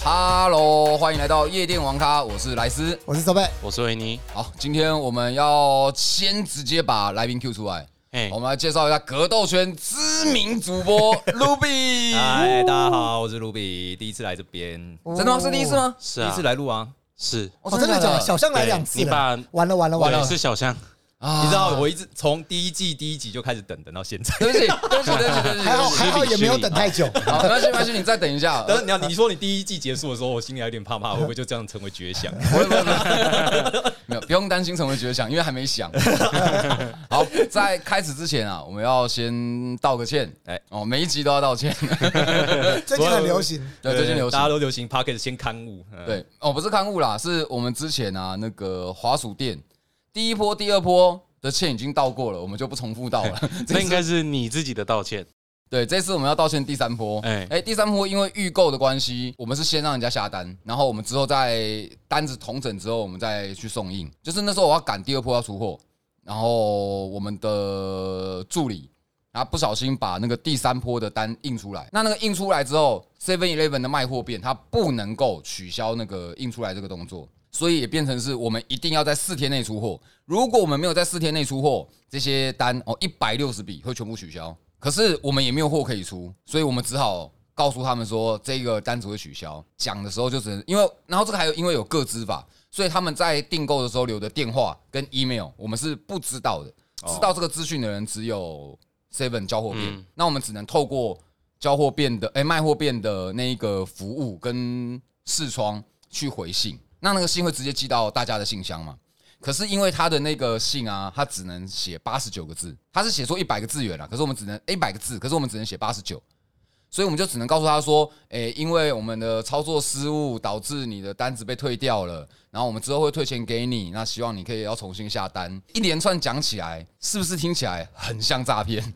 Hello， 欢迎来到夜店王咖，我是莱斯， 我是周贝， 我是维尼。 好，今天我们要先直接把来宾 Q 出来。我们来介绍一下格斗圈知名主播 Ruby。 嗨，大家好，我是 Ruby，第一次来这边。 真的吗？是第一次吗？ 是啊， 第一次来录啊。 是。 真的假的？小象来2次了。 你把完了， 是小象。 你知道我一直从第一季第1集就开始等到现在。 对不起， 还好也没有等太久。 好，没关系，你再等一下。 但是你说你第一季结束的时候，我心里还有点怕，会不会就这样成为绝响？ 没有，不用担心成为绝响，因为还没想。好，在开始之前啊，我们要先道个歉。每一集都要道歉。 最近很流行， 对，最近流行， 大家都流行 Podcast 先刊物。 对，不是刊物啦，是我们之前啊那个滑鼠店。第一波、第二波的歉已经道过了，我们就不重复道了。 这应该是你自己的道歉。 对，这次我们要道歉第3波。第3波因为预购的关系，我们是先让人家下单，然后我们之后在单子统整之后，我们再去送印。就是那时候我要赶第2波要出货，然后我们的助理不小心把那个第3波的单印出来。那个印出来之后 ，7-Eleven 的卖货店它不能够取消那个印出来这个动作。所以也变成是我们一定要在4天内出货。如果我们没有在4天内出货，这些单160笔会全部取消。可是我们也没有货可以出，所以我们只好告诉他们说这个单子会取消。讲的时候就只能然后这个还有因为有个资法，所以他们在订购的时候留的电话跟 email 我们是不知道的。知道这个资讯的人只有 Seven 交货店，那我们只能透过交货店的卖货店的那一个服务跟视窗去回信。那个信会直接寄到大家的信箱嘛？可是因为他的那个信啊，他只能写89个字，他是写说100个字元啦，可是我们只能100个字，可是我们只能写89，所以我们就只能告诉他说，因为我们的操作失误导致你的单子被退掉了，然后我们之后会退钱给你，那希望你可以要重新下单。一连串讲起来，是不是听起来很像诈骗？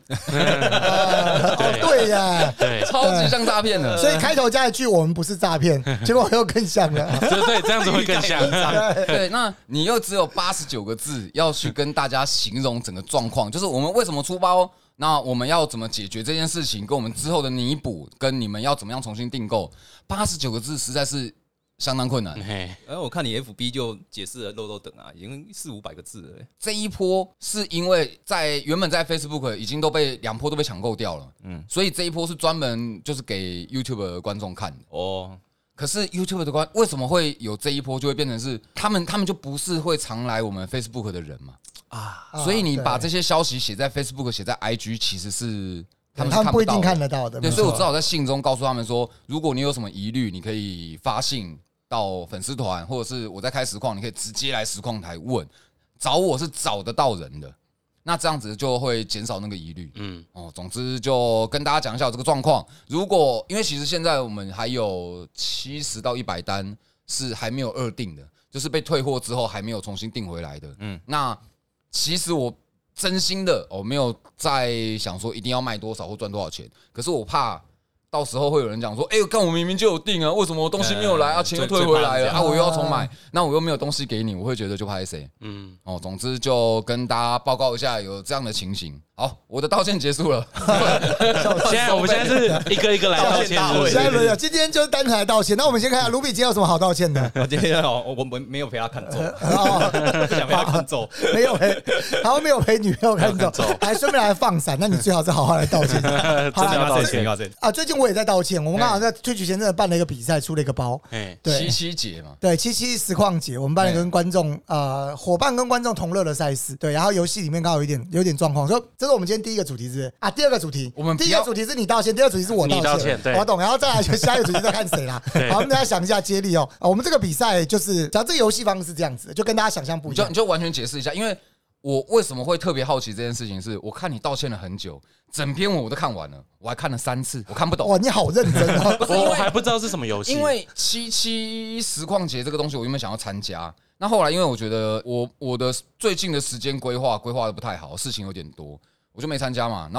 对呀， 对， 超级像诈骗的。 所以开头加一句我们不是诈骗，结果又更像了。 对，这样子会更像。 对，那你又只有89个字要去跟大家形容整个状况，就是我们为什么出包。那我们要怎么解决这件事情？跟我们之后的弥补，跟你们要怎么样重新订购？89个字实在是相当困难。 我看你 FB 就解释了漏等啊，已经400-500个字了。 这一波是因为原本在 Facebook 已经2波都被抢购掉了，所以这一波是专门就是给 YouTube 的观众看的。可是 YouTube 的为什么会有这一波，就会变成是他们就不是会常来我们 Facebook 的人嘛？所以你把这些消息写在 Facebook、写在 IG， 其实是他们不一定看得到的。 对，所以我只好在信中告诉他们说，如果你有什么疑虑，你可以发信到粉丝团，或者是我在开实况，你可以直接来实况台问，找我是找得到人的。那这样子就会减少那个疑虑。总之就跟大家讲一下这个状况。因为其实现在我们还有70到100单是还没有2订的，就是被退货之后还没有重新订回来的。那其实我真心的没有在想说一定要卖多少或赚多少钱，可是我怕到时候会有人讲说，干我明明就有订啊，为什么我东西没有来啊，钱又退回来了啊，我又要重买，那我又没有东西给你，我会觉得就拍谁。总之就跟大家报告一下有这样的情形。好，我的道歉结束了。 我们现在是一个一个来道歉。 现在轮流，今天就是单纯来道歉。那我们先看下卢比今天有什么好道歉的。 今天我们没有陪他看咒，不想陪他看咒， 没有陪女朋友看咒，还顺便来放闪。那你最好是好好来道歉。 好啦，道歉啊！最近我也在道歉。我们刚好在Twitch前阵子办了一个比赛，出了一个包。 对，77节嘛。 对，77实况节，我们办了跟观众伙伴跟观众同乐的赛事。对，然后游戏里面刚好有点状况，所以这是我们今天第一个主题是第二个主题，第一个主题是你道歉，第二个主题是我道歉。我懂，然后再来就下一个主题再看谁啦。好，我们大家想一下接力哦。我们这个比赛就是讲这个游戏方式是这样子，就跟大家想象不一样。 你就完全解释一下，因为我为什么会特别好奇这件事情，是我看你道歉了很久，整篇我都看完了，我还看了3次，我看不懂。 哇，你好认真哦！ 我还不知道是什么游戏， 因为77实况节这个东西，我原本想要参加。那后来因为我觉得我的最近的时间规划的不太好，事情有点多，我就没参加嘛。然后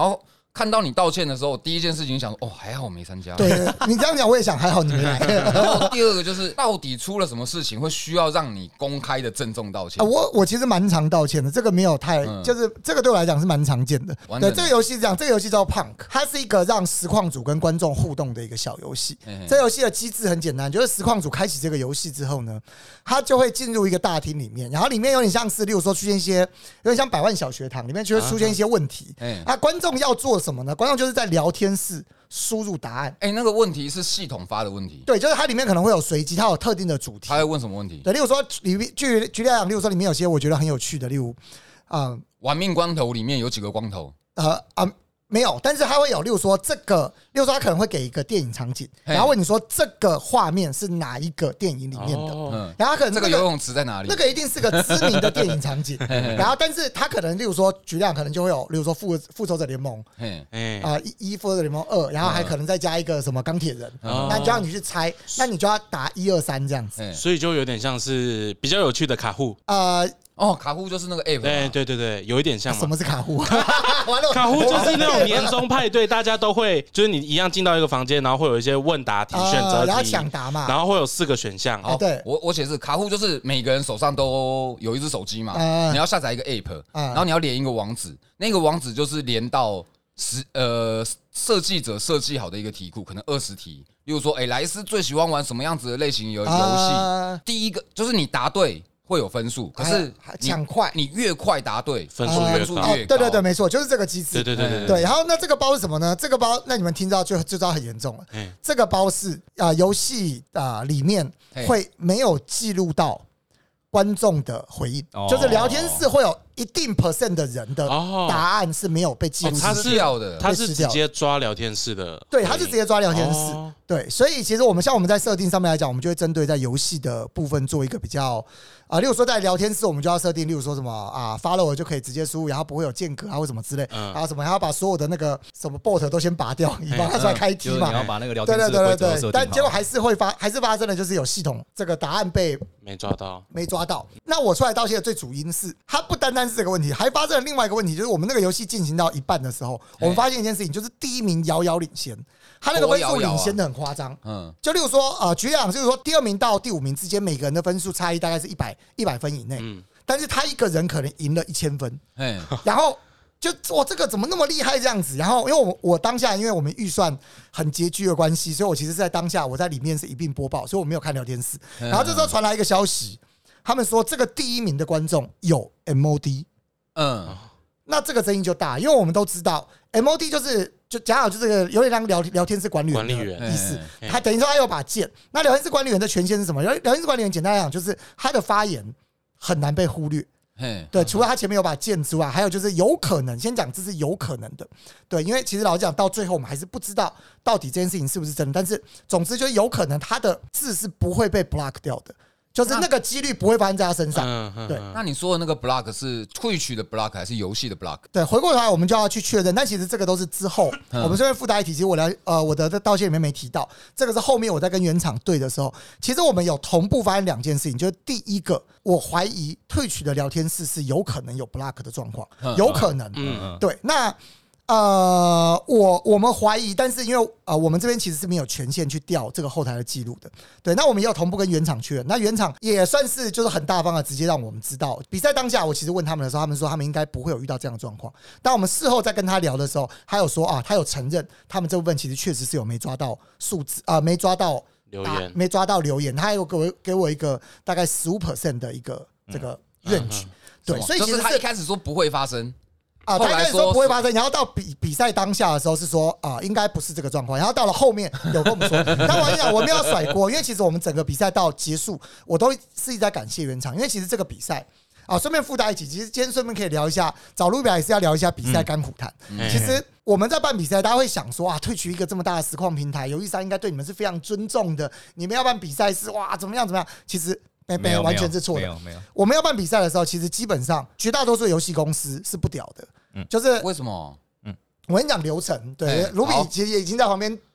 看到你道歉的时候，第一件事情想说，哦，还好我没参加。 对，你这样讲我也想，还好你没来。 然后第二个就是，到底出了什么事情会需要让你公开的郑重道歉？ 我其实蛮常道歉的，这个没有太，就是这个对我来讲是蛮常见的。对，这个游戏是这样，这个游戏叫 Punk， 它是一个让实况组跟观众互动的一个小游戏。这游戏的机制很简单，就是实况组开启这个游戏之后呢，他就会进入一个大厅里面，然后里面有点像是，例如说出现一些有点像百万小学堂，里面就会出现一些问题。观众要做什么呢？观众就是在聊天室输入答案。 那个问题是系统发的问题。 对，就是它里面可能会有随机，它有特定的主题。 它会问什么问题？ 对，例如说，举例来讲，例如说里面有些我觉得很有趣的，例如玩命光头里面有几个光头？ 没有，但是它会有，例如说它可能会给一个电影场景，然后问你说这个画面是哪一个电影里面的，然后可能这个游泳池在哪里？ 那个一定是个知名的电影场景，然后但是它可能例如说举例可能就会有，例如说复仇者联盟复仇者联盟2，然后还可能再加一个什么钢铁人，那就让你去猜，那你就要答1、2、3这样子， 所以就有点像是比较有趣的卡户。 卡户就是那个 app， 对，有一点像嘛。 什么是卡户？ 卡户就是那种年终派对，大家都会，就是你一样进到一个房间，然后会有一些问答题、选择题， 然后抢答嘛， 然后会有4个选项。 对， 我解释，卡户就是每个人手上都有一只手机嘛，你要下载一个 app，然后你要连一个网址，那个网址就是连到设计者设计好的一个题库，可能20题。例如说，莱斯最喜欢玩什么样子的类型游戏？第一个就是你答对会有分数，可是抢快， 你越快答对， 分数越高。对，没错，就是这个机制。 对。 然后那这个包是什么呢？这个包，那你们听到就知道很严重了。这个包是游戏里面会没有记录到观众的回应，就是聊天室会有一定 % 的人的答案是没有被记录， 他是掉的， 他是直接抓聊天室的， 对，他是直接抓聊天室，对，所以其实我们在设定上面来讲，我们就会针对在游戏的部分做一个比较例如说在聊天室，我们就要设定，例如说什么follower 就可以直接输入，然后不会有间隔或什么之类，然后什么，然后把所有的那个什么 bot 都先拔掉，以防他出来开机嘛， 你要把那个聊天室的规则设定好， 但结果还是发生的，就是有系统这个答案被没抓到。 那我出来道歉的最主因是，它不单单是这个问题，还发生了另外一个问题，就是我们那个游戏进行到一半的时候，我们发现一件事情，就是第一名遥遥领先，他那个分数领先的很夸张。就例如说举例就是说第2名到第5名之间，每个人的分数差异大概是100分以内，但是他一个人可能赢了1000分，然后就这个怎么那么厉害这样子？然后因为我当下因为我们预算很拮据的关系，所以我其实是在当下我在里面是一并播报，所以我没有看聊天室。然后这时候传来一个消息，他们说这个第1名的观众有 MOD，那这个争议就大，因为我们都知道 MOD 就讲好就这个有点像聊天室管理员的意思，他等于说他有把剑。那聊天室管理员的权限是什么？聊天室管理员简单来讲就是他的发言很难被忽略。对，除了他前面有把剑之外，还有就是有可能，先讲这是有可能的，对，因为其实老实讲，到最后我们还是不知道到底这件事情是不是真的，但是总之就是有可能他的字是不会被 block 掉的。就是那个几率不会发生在他身上。对， 那你说的那个 block 是Twitch 的 block 还是游戏的 block？ 对，回过头来我们就要去确认。但其实这个都是之后，我们这边附带一提，其实我的道歉里面没提到，这个是后面我在跟原厂对的时候，其实我们有同步发生2件事情，就是第一个，我怀疑Twitch的聊天室是有可能有 block 的状况，有可能。对，那。我们怀疑，但是因为我们这边其实是没有权限去调这个后台的记录的，对，那我们也有同步跟原厂确认，那原厂也算是就是很大方的直接让我们知道，比赛当下我其实问他们的时候，他们说他们应该不会有遇到这样的状况，但我们事后在跟他聊的时候，他有说他有承认他们这部分其实确实是有没抓到数字没抓到留言，他有给我一个大概15% 的一个这个range，对，所以其实就是他一开始说不会发生。 他开始说不会发生，然后到比赛当下的时候是说应该不是这个状况，然后到了后面有跟我们说，但我跟你讲，我没有甩锅，因为其实我们整个比赛到结束，我都是一直在感谢原厂，因为其实这个比赛顺便附带一起，其实今天顺便可以聊一下，找路表也是要聊一下比赛甘苦谈。其实我们在办比赛，大家会想说退取一个这么大的实况平台，游戏商应该对你们是非常尊重的，你们要办比赛是怎么样，其实。没有，完全是错的。 没有。 我们要办比赛的时候，其实基本上绝大多数游戏公司是不屌的。就是为什么？ 我跟你讲流程，对，卢比其实也已经在旁边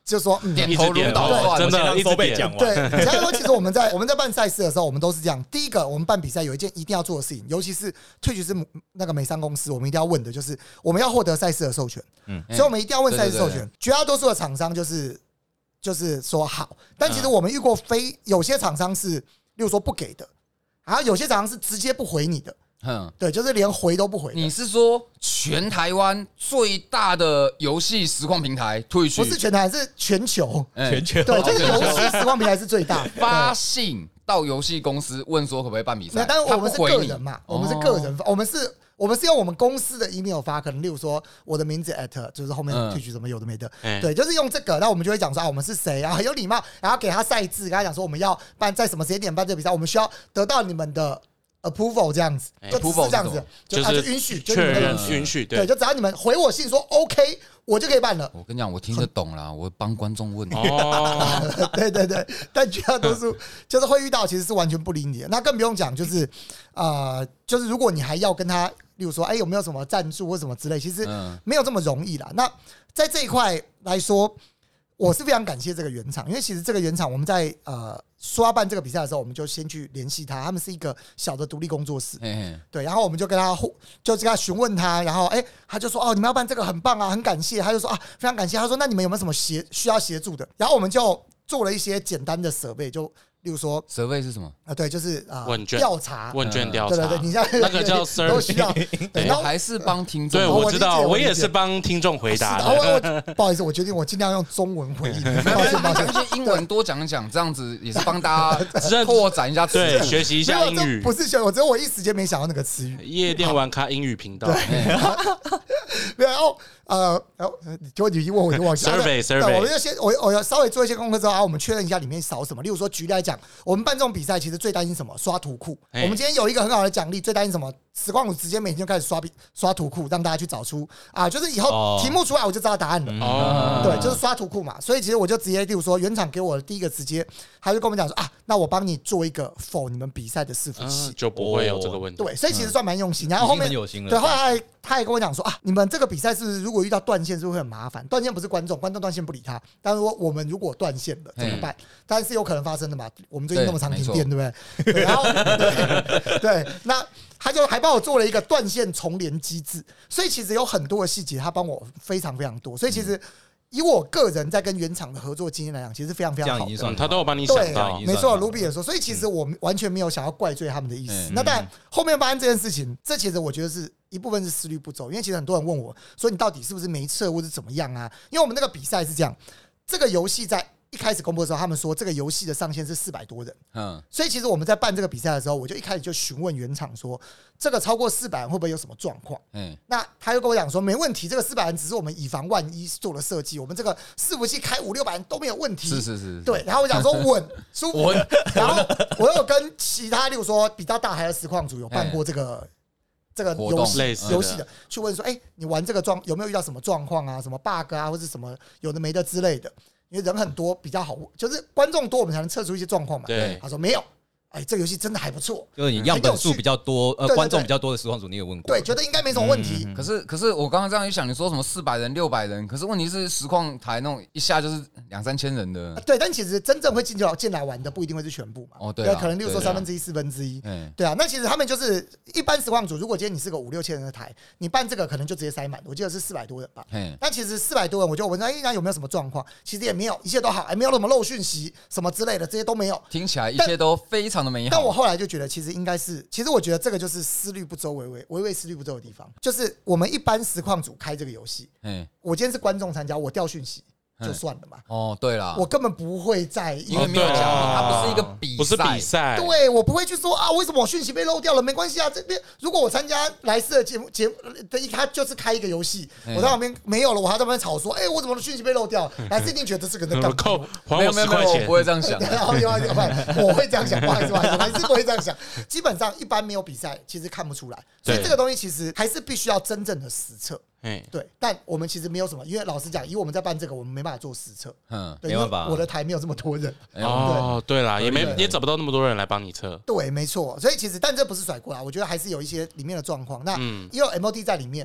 就说点头如捣蒜， 真的一直被讲完。 对，然后其实我们在办赛事的时候，我们都是这样。第一个，我们办比赛有一件一定要做的事情，尤其是Twitch是那个美商公司，我们一定要问的就是我们要获得赛事的授权。所以我们一定要问赛事授权。绝大多数的厂商就是说好，但其实我们遇过有些厂商是，例如说不给的，然后有些厂商是直接不回你的。对，就是连回都不回。 你是说全台湾最大的游戏实况平台Twitch？ 不是全台，是全球。 全球对，就是游戏实况平台是最大。 发信到游戏公司问说可不可以办比赛？ 但是我们是个人嘛，我们是个人，我们是用我们公司的 email 发，可能例如说我的名字 at 就是后面Twitch什么有的没的，对，就是用这个，那我们就会讲说啊，我们是谁啊，很有礼貌，然后给他赛制，跟他讲说我们要办在什么时间点办这个比赛，我们需要得到你们的approval 这样子，就只是这样子， 就是允许， 确认允许， 对，就只要你们回我信说 OK， 我就可以办了。 我跟你讲，我听得懂啦，我帮观众问。 对对对，但绝大多数就是会遇到，其实是完全不理你的。那更不用讲，就是就是如果你还要跟他，例如说，有没有什么赞助或什么之类，其实没有这么容易啦。那在这一块来说，我是非常感谢这个原厂，因为其实这个原厂我们在说要办这个比赛的时候，我们就先去联系他们是一个小的独立工作室，对，然后我们就跟他询问他，然后他就说你们要办这个很棒啊，很感谢，他就说非常感谢，他说那你们有没有什么需要协助的？然后我们就做了一些简单的survey，就例如说 survey是什么对，就是问卷调查， 问卷调查， 对，你像那个叫 survey， 都需要。 我还是帮听众， 对，我知道，我也是帮听众回答的。 不好意思，我决定我尽量用中文回应。 抱歉，讲一些英文多讲讲，这样子也是帮大家拓展一下词， 对，学习一下英语。 不是学，我只有我一时间没想到那个词语。 夜店玩咖英语频道。 然后就你问我就忘记 survey， 我们就先我稍微做一些功课之后我们确认一下里面少什么。例如说，举例来讲，我们办这种比赛，其实最担心什么？刷图库。我们今天有一个很好的奖励，最担心什么？实况组直接每天就开始刷图库，让大家去找出就是以后题目出来我就知道答案了。对，就是刷图库嘛。所以其实我就直接，例如说原厂给我的第一个直接，他就跟我们讲说那我帮你做一个否你们比赛的伺服器， 就不会有这个问题。 对，所以其实算蛮用心。然后后面对，后来他也跟我讲说你们这个比赛是不是如果遇到断线是不是会很麻烦？断线不是观众断线不理他，但是说我们如果断线了怎么办？但是有可能发生的嘛。我们最近那么常停电，对不对？然后对，那他就还帮我做了一个断线重连机制，所以其实有很多的细节他帮我非常非常多，所以其实以我个人在跟原厂的合作经验来讲，其实是非常非常好的。 他都有帮你想到， 没错，卢比也说，所以其实我完全没有想要怪罪他们的意思。那但后面发生这件事情，这其实我觉得是一部分是思虑不周，因为其实很多人问我说你到底是不是没测或是怎么样啊？因为我们那个比赛是这样，这个游戏在一开始公布的时候，他们说这个游戏的上限是400多人，所以其实我们在办这个比赛的时候，我就一开始就询问原厂说，这个超过400人会不会有什么状况？那他就跟我讲说，没问题，这个400人只是我们以防万一做了设计，我们这个伺服器开500-600人都没有问题。 是， 对。然后我讲说稳舒服，然后我有跟其他，例如说比较大牌的实况组有办过这个游戏的，去问说，你玩这个有没有遇到什么状况啊，什么 bug 啊，或者什么有的没的之类的。因为人很多比较好，就是观众多，我们才能测出一些状况嘛。 对， 他说没有，这个游戏真的还不错。 就是你样本数比较多，观众比较多的实况组，你有问过？ 对，觉得应该没什么问题。 可是我刚刚这样一想，你说什么400人、600人，可是问题是实况台那种一下就是2-3千人的。 对，但其实真正会进来玩的不一定会是全部嘛。 对， 可能例如说1/3、1/4。对啊，那其实他们就是一般实况组，如果今天你是个5-6千人的台，你办这个可能就直接塞满。我记得是400多人吧。但其实400多人，我就问他，那有没有什么状况？其实也没有，一切都好，没有什么漏讯息什么之类的，这些都没有。 听起来一切都非常的美好。 但我后来就觉得其实应该是，其实我觉得这个就是思虑不周，微思虑不周的地方，就是我们一般实况组开这个游戏，我今天是观众参加，我调讯息就算了嘛。 对啦， 我根本不会在意， 因为没有讲，它不是一个比赛， 对，我不会去说为什么我讯息被漏掉了？没关系啊，这边如果我参加莱斯的节目的他就是开一个游戏，我在旁边没有了，我还在旁边吵说，我怎么讯息被漏掉？莱斯一定觉得这个人在干嘛？ 还我10块钱， 我不会这样想。 我会这样想，不好意思，莱斯不会这样想。基本上一般没有比赛，其实看不出来，所以这个东西其实还是必须要真正的实测。对，但我们其实没有什么，因为老实讲，以我们在办这个，我们没办法做实测， 没办法， 我的台没有这么多人。 对啦，也找不到那么多人来帮你测。 对，没错，所以其实，但这不是甩锅啦，我觉得还是有一些里面的状况。那因为 MOD 在里面，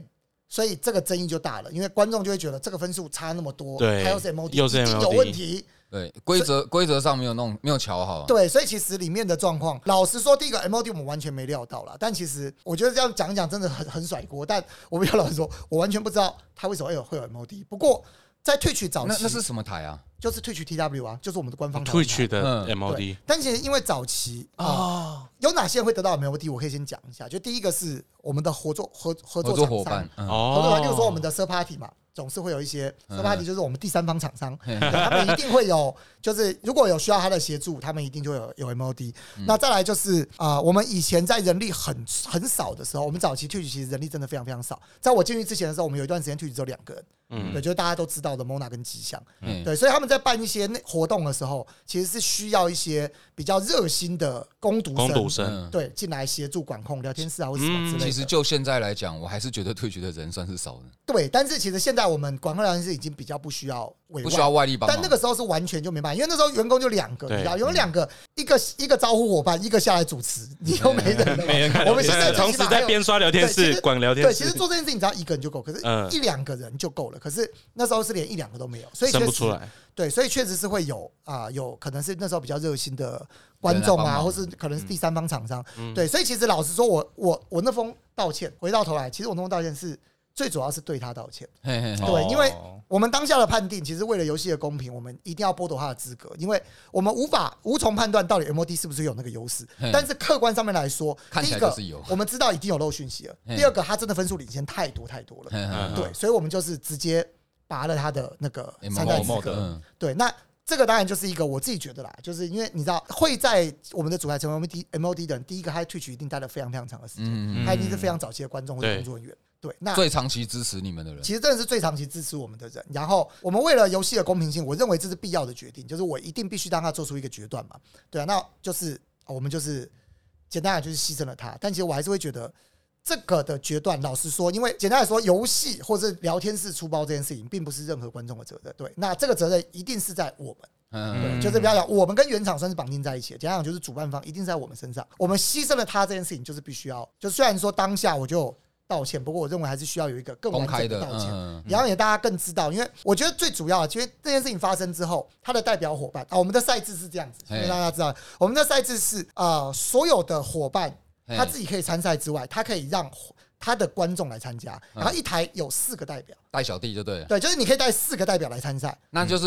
所以这个争议就大了，因为观众就会觉得这个分数差那么多， 对， 还有是 MOD 一定有问题。 对，规则上没有瞧好。 对，所以其实里面的状况，老实说，第一个 MOD 我们完全没料到啦。但其实我觉得这样讲一讲真的很甩锅。但我比较老实说，我完全不知道他为什么会有 MOD。不过在Twitch早期， 那是什么台啊？ 就是Twitch TW 啊，就是我们的官方台。 Twitch 的 MOD。 但其实因为早期有哪些人会得到 MOD， 我可以先讲一下。就第一个是我们的合作伙伴，例如说我们的 Third Party 嘛。总是会有一些 third party，就是我们第三方厂商，他们一定会有，就是如果有需要他的协助，他们一定就有 MOD。那再来就是我们以前在人力很少的时候，我们早期 Twitch 其实人力真的非常非常少。在我进去之前的时候，我们有一段时间 Twitch 只有2个人，对，就是大家都知道的 Mona 跟吉祥，对，所以他们在办一些活动的时候，其实是需要一些比较热心的工读生，对，进来协助管控聊天室啊或者什么之类的。 其实就现在来讲，我还是觉得Twitch的人算是少的。 对，但是其实现在我们管控聊天室已经比较不需要外力帮忙， 但那个时候是完全就没办法，因为那时候员工就2个，你知道，有2个，一个招呼伙伴，一个下来主持，你又没人了。我们现在同时在边刷聊天室、管聊天室。 对，其实做这件事情只要1个人就够，可是1-2个人就够了。可是那时候是连1-2个都没有，所以生不出来。 对，所以确实是会有可能是那时候比较热心的观众啊，或是可能是第三方厂商。对，所以其实老实说，我那封道歉，回到头来，其实我那封道歉是。最主要是对他道歉，对，因为我们当下的判定，其实为了游戏的公平，我们一定要剥夺他的资格，因为我们无从判断到底 MOD 是不是有那个优势，但是客观上面来说，第一个我们知道已经有漏讯息了，第二个他真的分数领先太多了，对，所以我们就是直接拔了他的那个参赛资格，对，那。这个当然就是一个我自己觉得啦，就是因为你知道会在我们的主台成为 MOD 的人，第一个他 Twitch 一定待了非常非常长的时间，他一定是非常早期的观众或者工作人员。对，那最长期支持你们的人， 其实真的是最长期支持我们的人。然后我们为了游戏的公平性，我认为这是必要的决定，就是我一定必须让他做出一个决断嘛。对啊，那就是我们就是简单来就是牺牲了他，但其实我还是会觉得。这个的决断，老实说，因为简单来说，游戏或者聊天室出包这件事情，并不是任何观众的责任。对，那这个责任一定是在我们。对，就是不要讲，我们跟原厂算是绑定在一起的。简单讲，就是主办方一定是在我们身上。我们牺牲了他这件事情，就是必须要。就虽然说当下我就道歉，不过我认为还是需要有一个更完整的道歉，然后也大家更知道。因为我觉得最主要的，因为这件事情发生之后，他的代表伙伴我们的赛制是这样子，让大家知道，我们的赛制是所有的伙伴。他自己可以参赛之外，他可以让他的观众来参加，然后一台有4个代表， 带小弟就对了。 对，就是你可以带4个代表来参赛， 那就是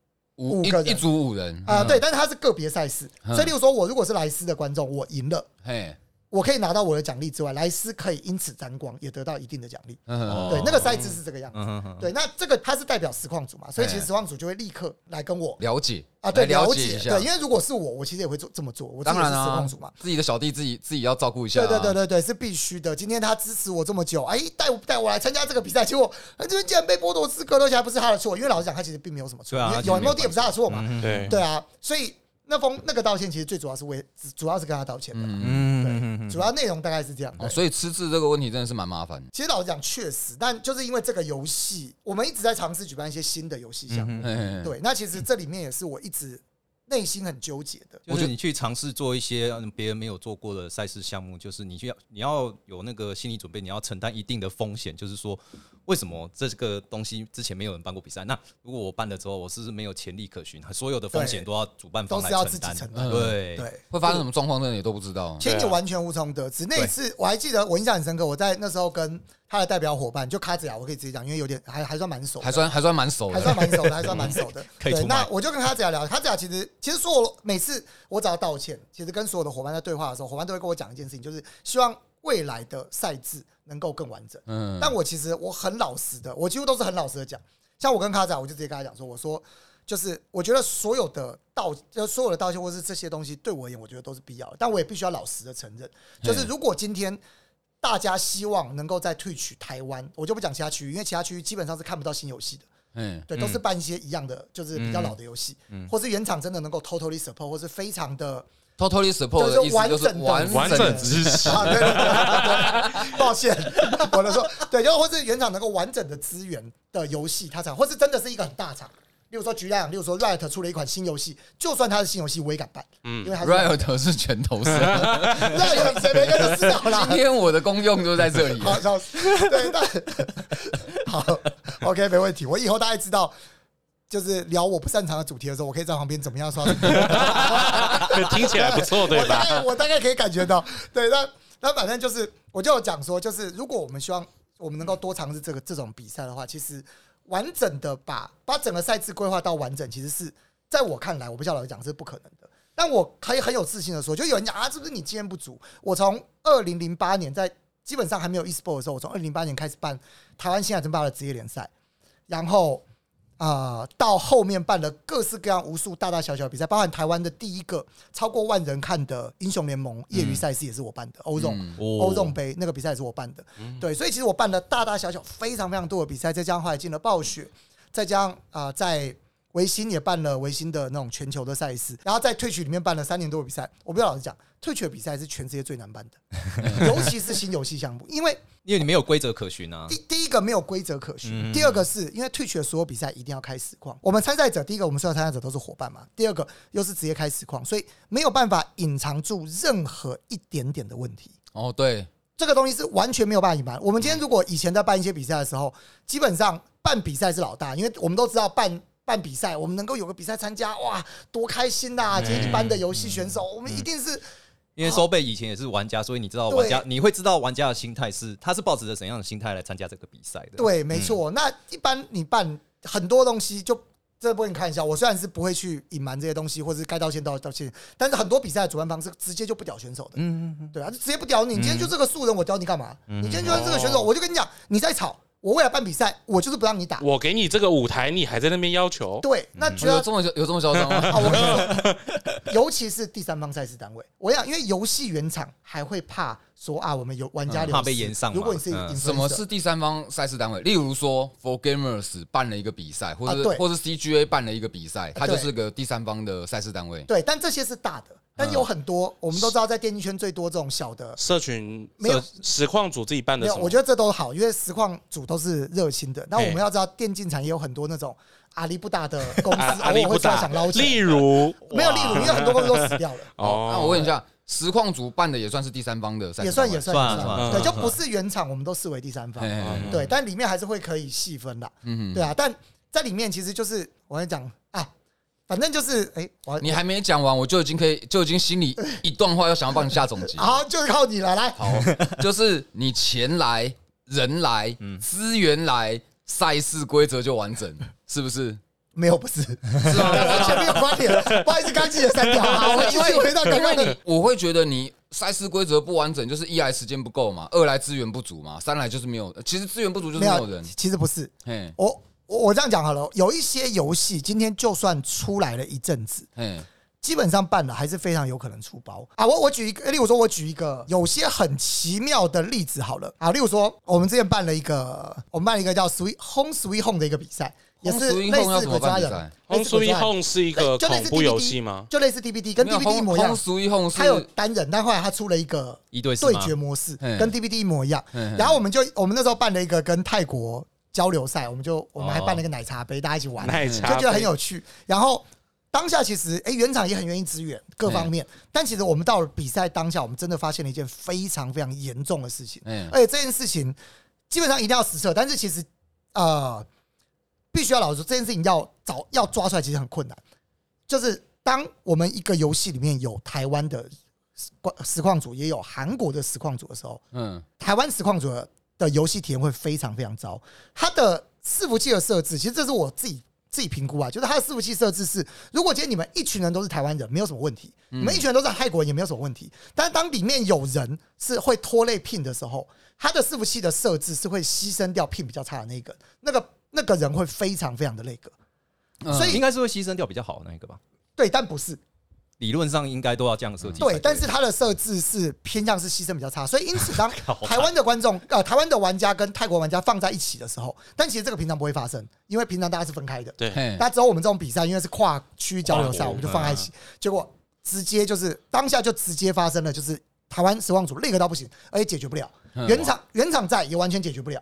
5个人，一组5人对，但是它是个别赛事，所以例如说我如果是莱斯的观众，我赢了，我可以拿到我的奖励之外，莱斯可以因此沾光，也得到一定的奖励。对，那个赛制是这个样子。对，那这个他是代表实况组嘛，所以其实实况组就会立刻来跟我了解对，了解一下。对，因为如果是我其实也会这么做。我自己是实况组嘛， 自己的小弟自己要照顾一下。 对，是必须的。今天他支持我这么久，带我来参加这个比赛，结果这边竟然被剥夺资格，而且还不是他的错。因为老实讲，他其实并没有什么错，有 MOD 也不是他的错嘛。对啊，所以。那个道歉其实最主要是跟他道歉的，对，主要内容大概是这样。 所以吃字这个问题真的是蛮麻烦的。 其实老实讲，确实，但就是因为这个游戏，我们一直在尝试举办一些新的游戏项目。对，那其实这里面也是我一直内心很纠结的。 就是你去尝试做一些别人没有做过的赛事项目，就是你要有那个心理准备，你要承担一定的风险，就是说。为什么这个东西之前没有人办过比赛？那如果我办了之后，我是不是没有潜力可循？所有的风险都要主办方来承担。对， 会发生什么状况，真的也都不知道。 其实你完全无从得知。那一次我还记得，我印象很深刻。我在那时候跟他的代表伙伴就卡子雅，我可以直接讲，因为有点还算蛮熟的， 还算蛮熟的。对，那我就跟卡子雅聊，卡子雅其实说我每次我只要道歉，其实跟所有的伙伴在对话的时候，伙伴都会跟我讲一件事情，就是希望未来的赛制能够更完整。但我其实我很老实的，我几乎都是很老实的讲。像我跟卡仔，我就直接跟他讲说，我说就是我觉得所有的道歉或是这些东西对我而言，我觉得都是必要的，但我也必须要老实的承认，就是如果今天大家希望能够在Twitch台湾，我就不讲其他区域，因为其他区域基本上是看不到新游戏的。对，都是办一些一样的，就是比较老的游戏，或是原厂真的能够 totally support， 或是非常的。 Totally support 的意思就是完整支持。 抱歉，我的说对，就或是原厂能够完整的资源的游戏，它才或是真的是一个很大厂， 例如说举例例如说 Riot 出了一款新游戏，就算它是新游戏，我也敢办，因为 Riot 是拳头社 ，Riot 谁每个都知道啦。 今天我的功用就在这里。 好，笑死。对，但好 ，OK， 没问题。我以后大概知道，就是聊我不擅长的主题的时候，我可以在旁边怎么样刷。 听起来不错，对吧？ 我大概可以感觉到，对，那反正就是，我就有讲说，就是如果我们希望我们能够多尝试这种比赛的话，其实完整的把整个赛制规划到完整，其实是在我看来，我不晓得讲是不可能的。但我可以很有自信的说，就有人讲啊，是不是你经验不足？我从2008年在基本上还没有 eSport 的时候，我从2008年开始办台湾星海争霸的职业联赛，然后到后面办了各式各样无数大大小小的比赛，包含台湾的第一个超过10000人看的英雄联盟业余赛事也是我办的，欧纵杯那个比赛也是我办的。对，所以其实我办了大大小小非常非常多的比赛，再加上后来进了暴雪，再加上在微星也办了微星的那种全球的赛事，然后在Twitch里面办了3年多的比赛。我不要老实讲，Twitch的比赛是全世界最难办的，尤其是新游戏项目，因为你没有规则可循啊。 第一个没有规则可循，第二个是因为Twitch的所有比赛一定要开实况，我们参赛者第一个我们所有参赛者都是伙伴嘛，第二个又是直接开实况，所以没有办法隐藏住任何一点点的问题。 哦，对， 这个东西是完全没有办法隐瞒。我们今天如果以前在办一些比赛的时候，基本上办比赛是老大，因为我们都知道办比赛，我们能够有个比赛参加，哇，多开心呐！今天一般的游戏选手，我们一定是因为收贝以前也是玩家，所以你知道玩家，你会知道玩家的心态他是抱持着怎样的心态来参加这个比赛的。 对，没错。那一般你办很多东西，就这不跟你开玩笑，我虽然是不会去隐瞒这些东西，或者是该道歉道歉，但是很多比赛的主办方是直接就不屌选手的。对啊，就直接不屌你。你今天就这个素人，我屌你干嘛？你今天就是这个选手，我就跟你讲，你在吵。我为了办比赛，我就是不让你打。 我给你这个舞台，你还在那边要求？ 对，那觉得有这么嚣张吗？ 我跟你说，尤其是第三方赛事单位，我想，因为游戏原厂还会怕说我们有玩家流失， 怕被延上。 如果你是什么是第三方赛事单位？例如说 ，For Gamers 办了一个比赛，或是 CGA 办了一个比赛，它就是个第三方的赛事单位。 对，但这些是大的。但有很多，我们都知道，在电竞圈最多这种小的社群，没有实况组自己办的什么。 我觉得这都好，因为实况组都是热心的。那我们要知道，电竞产业有很多那种阿里不达的公司， 阿里不达想捞钱。 例如没有例如，因为很多公司都死掉了。 那我问一下，实况组办的也算是第三方的赛事？ 也算，对，就不是原厂，我们都视为第三方。对，但里面还是会可以细分的。对啊，但在里面其实就是我跟你讲反正就是你还没讲完，我就已经心里一段话要想要帮你下总结。 好，就是靠你了，来。 好，就是你钱来人来资源来，赛事规则就完整，是不是？ 没有，不是，是吗？完全没有关联。不好意思，刚记得删掉。好，我继续回到刚刚的。 我会觉得你赛事规则不完整，就是一来时间不够嘛，二来资源不足嘛，三来就是没有。其实资源不足就是没有人。 其实不是，我这样讲好了，有一些游戏今天就算出来了一阵子，基本上办了还是非常有可能出包啊！我举一个，例如说，我举一个有些很奇妙的例子好了啊，例如说，我们之前办了一个叫 Home Sweet Home 的一个什也是类似鬼抓人。 Home Sweet Home 是一个恐怖游戏吗？ 就类似 DBD， 跟 DBD 一模一样。 Home Sweet Home 它有单人，但后来它出了一个对决模式，跟 DBD 一模一样。然后我们那时候办了一个跟泰国交流赛，我们还办了一个奶茶杯，大家一起玩，就觉得很有趣。然后当下其实原厂也很愿意支援各方面，但其实我们到了比赛当下，我们真的发现了一件非常非常严重的事情，而且这件事情基本上一定要实测，但是其实必须要老实说，这件事情要抓出来其实很困难。就是当我们一个游戏里面有台湾的实况组，也有韩国的实况组的时候，台湾实况组的游戏体验会非常非常糟。它的伺服器的设置，其实这是我自己评估啊，就是它的伺服器设置是，如果今天你们一群人都是台湾人，没有什么问题；你们一群人都是泰国人，也没有什么问题。但是当里面有人是会拖累 PIN 的时候，它的伺服器的设置是会牺牲掉 PIN 比较差的那个人会非常非常的累个，所以应该是会牺牲掉比较好的那个吧？ 对，但不是。 理论上应该都要这样设计， 对，但是它的设置是偏向是牺牲比较差，所以因此当台湾的观众、台湾的玩家跟泰国玩家放在一起的时候，但其实这个平常不会发生，因为平常大家是分开的。 对， 那只有我们这种比赛，因为是跨区域交流赛，我们就放在一起，结果直接就是当下就直接发生了，就是台湾实况组累个到不行，而且解决不了，原厂在也完全解决不了。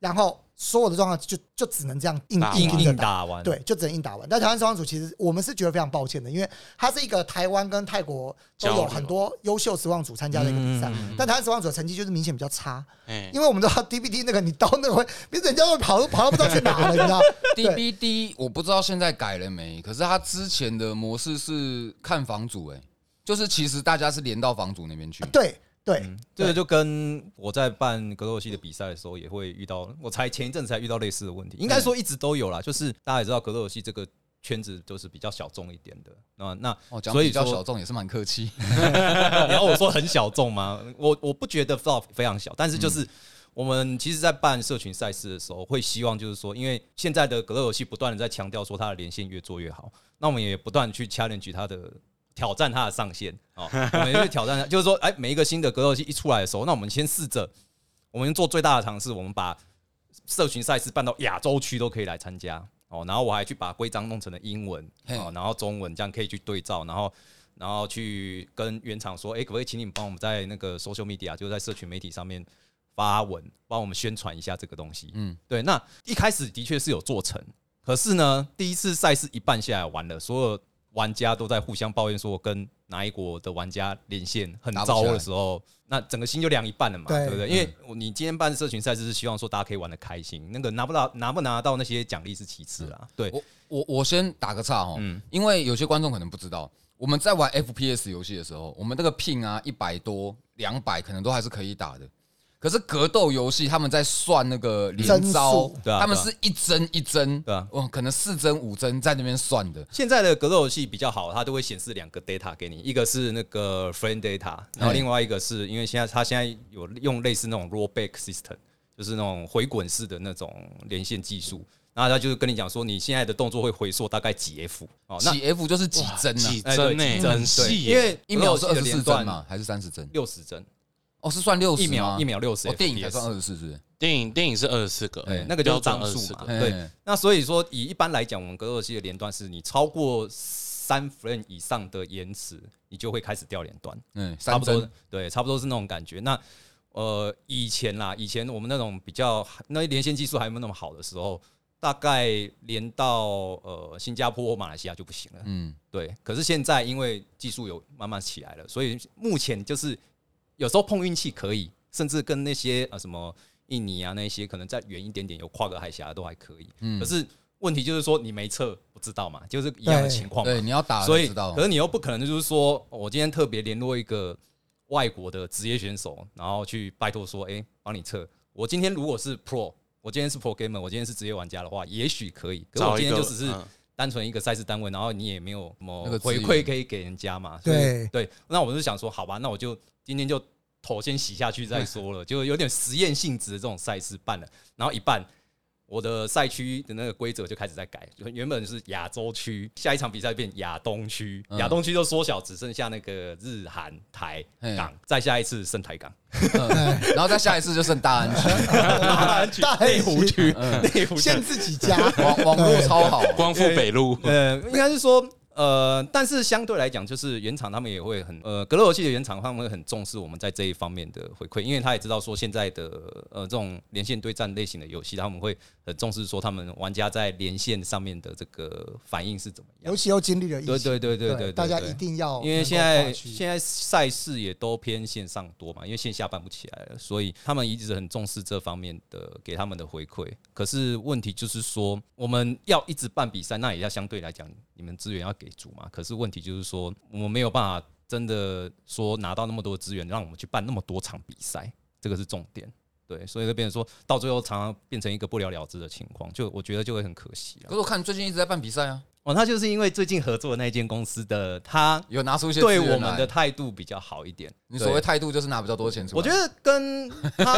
然后所有的状况就只能这样硬打完，对，就只能硬打完。但台湾实况组其实我们是觉得非常抱歉的，因为它是一个台湾跟泰国都有很多优秀实况组参加的一个比赛，但台湾实况组的成绩就是明显比较差，因为我们知道 DBD 那个你到那个会，人家会跑到不知道去哪了，你知道 ？DBD 我不知道现在改了没，可是他之前的模式是看房组，就是其实大家是连到房组那边去， 对。 这个就跟我在办格斗游戏的比赛的时候也会遇到，我才前一阵子才遇到类似的问题，应该说一直都有啦，就是大家也知道格斗游戏这个圈子就是比较小众一点的，那所以比较小众也是蛮客气。 你要我说很小众吗？我不觉得非常小，但是就是我们其实在办社群赛事的时候，会希望就是说，因为现在的格斗游戏不断的在强调说它的连线越做越好，那我们也不断的去 challenge 它的。挑战它的上限我们也会挑战它，就是说，每一个新的格斗游戏一出来的时候，那我们先试着，我们做最大的尝试，我们把社群赛事办到亚洲区都可以来参加然后我还去把规章弄成了英文然后中文，这样可以去对照，然后去跟原厂说，可不可以请你们帮我们在那个 social media， 就是在社群媒体上面发文，帮我们宣传一下这个东西。对，那一开始的确是有做成，可是呢，第一次赛事一办下来完了，所有玩家都在互相抱怨说，我跟哪一国的玩家连线很糟的时候，那整个心就凉一半了嘛，对不对？因为你今天办社群赛事是希望说大家可以玩得开心，那个拿不拿到那些奖励是其次啦。对， 我先打个岔因为有些观众可能不知道，我们在玩 FPS 游戏的时候，我们那个 ping 啊100多200可能都还是可以打的。可是格斗游戏他们在算那个连招，他们是一帧一帧，可能4帧5帧在那边算的。 现在的格斗游戏比较好，它都会显示2个 data 给你，一个是那个 frame data， 然后另外一个是因为它现在有用类似那种 rollback system， 就是那种回滚式的那种连线技术。然后他就是跟你讲说，你现在的动作会回溯大概几 F， 几 F 就是几帧啊？ 几帧呢？很细， 因为 1秒是24帧嘛，还是30帧 ？60帧。 是算60 吗？1秒60。 电影才算24，是不是？ 电影是24个， 那个就是张数嘛。对，那所以说以一般来讲，我们格斗游戏的连段是你超过3 frame 以上的延迟，你就会开始掉连段。差不多，对，差不多是那种感觉。那以前我们那种比较那连线技术还没有那么好的时候，大概连到新加坡或马来西亚就不行了。对。可是现在因为技术有慢慢起来了，所以目前就是。有时候碰运气可以，甚至跟那些什么印尼啊那些可能再远一点点有跨个海峡都还可以。可是问题就是说你没测不知道嘛，就是一样的情况嘛。 对，你要打所以知道。 可是你又不可能就是说我今天特别联络一个外国的职业选手，然后去拜托说，帮你测。我今天如果是 Pro， 我今天是 Pro Gamer， 我今天是职业玩家的话，也许可以。可是我今天就只是单纯一个赛事单位，然后你也没有什么回馈可以给人家嘛。对，那我就想说，好吧，那我就今天就。头先洗下去再说了，就有点实验性质的这种赛事办了，然后一办，我的赛区的那个规则就开始在改，就原本是亚洲区，下一场比赛变亚东区，亚东区就缩小，只剩下那个日韩台港，再下一次剩台港， 然后再下一次就剩大安区， 内湖区， 限自己家， 网络超好， 光复北路， 应该是说。但是相对来讲，就是原厂他们也会很格斗游戏的原厂他们会很重视我们在这一方面的回馈，因为他也知道说现在的这种连线对战类型的游戏，他们会很重视说他们玩家在连线上面的这个反应是怎么样， 尤其又经历了疫情， 对， 大家一定要， 因为现在赛事也都偏线上多嘛，因为线下办不起来了，所以他们一直很重视这方面的给他们的回馈。可是问题就是说，我们要一直办比赛，那也要相对来讲，你们资源要给足嘛。可是问题就是说，我们没有办法真的说拿到那么多资源，让我们去办那么多场比赛，这个是重点。对，所以就变成说到最后常常变成一个不了了之的情况，就我觉得就会很可惜。 可是我看最近一直在办比赛啊。 他就是因为最近合作的那间公司的，他有拿出一些对我们的态度比较好一点。 你所谓态度就是拿比较多钱出来。 我觉得跟他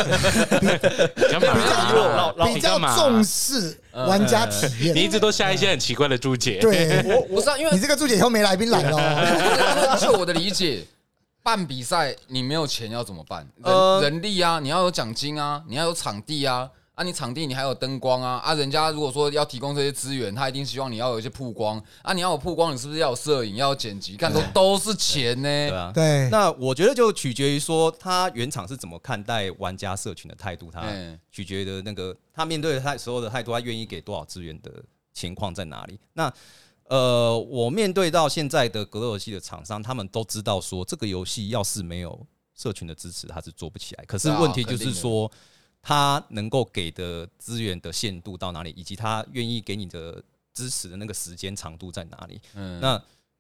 比较重视玩家体验。 你一直都下一些很奇怪的注解。 对， 我不知道，因为你这个注解以后没来宾来了。 就我的理解，办比赛你没有钱要怎么办？人力啊，你要有奖金啊，你要有场地啊。 啊，你场地你还有灯光啊，人家如果说要提供这些资源，他一定希望你要有一些曝光啊，你要有曝光，你是不是要有摄影，要有剪辑？看都是钱呢。 对啊， 对。 那我觉得就取决于说他原厂是怎么看待玩家社群的态度，他取决于那个他面对他所有的态度，他愿意给多少资源的情况在哪里。那我面对到现在的格斗游戏的厂商，他们都知道说这个游戏要是没有社群的支持，它是做不起来。可是问题就是说，他能够给的资源的限度到哪里，以及他愿意给你的支持的那个时间长度在哪里？那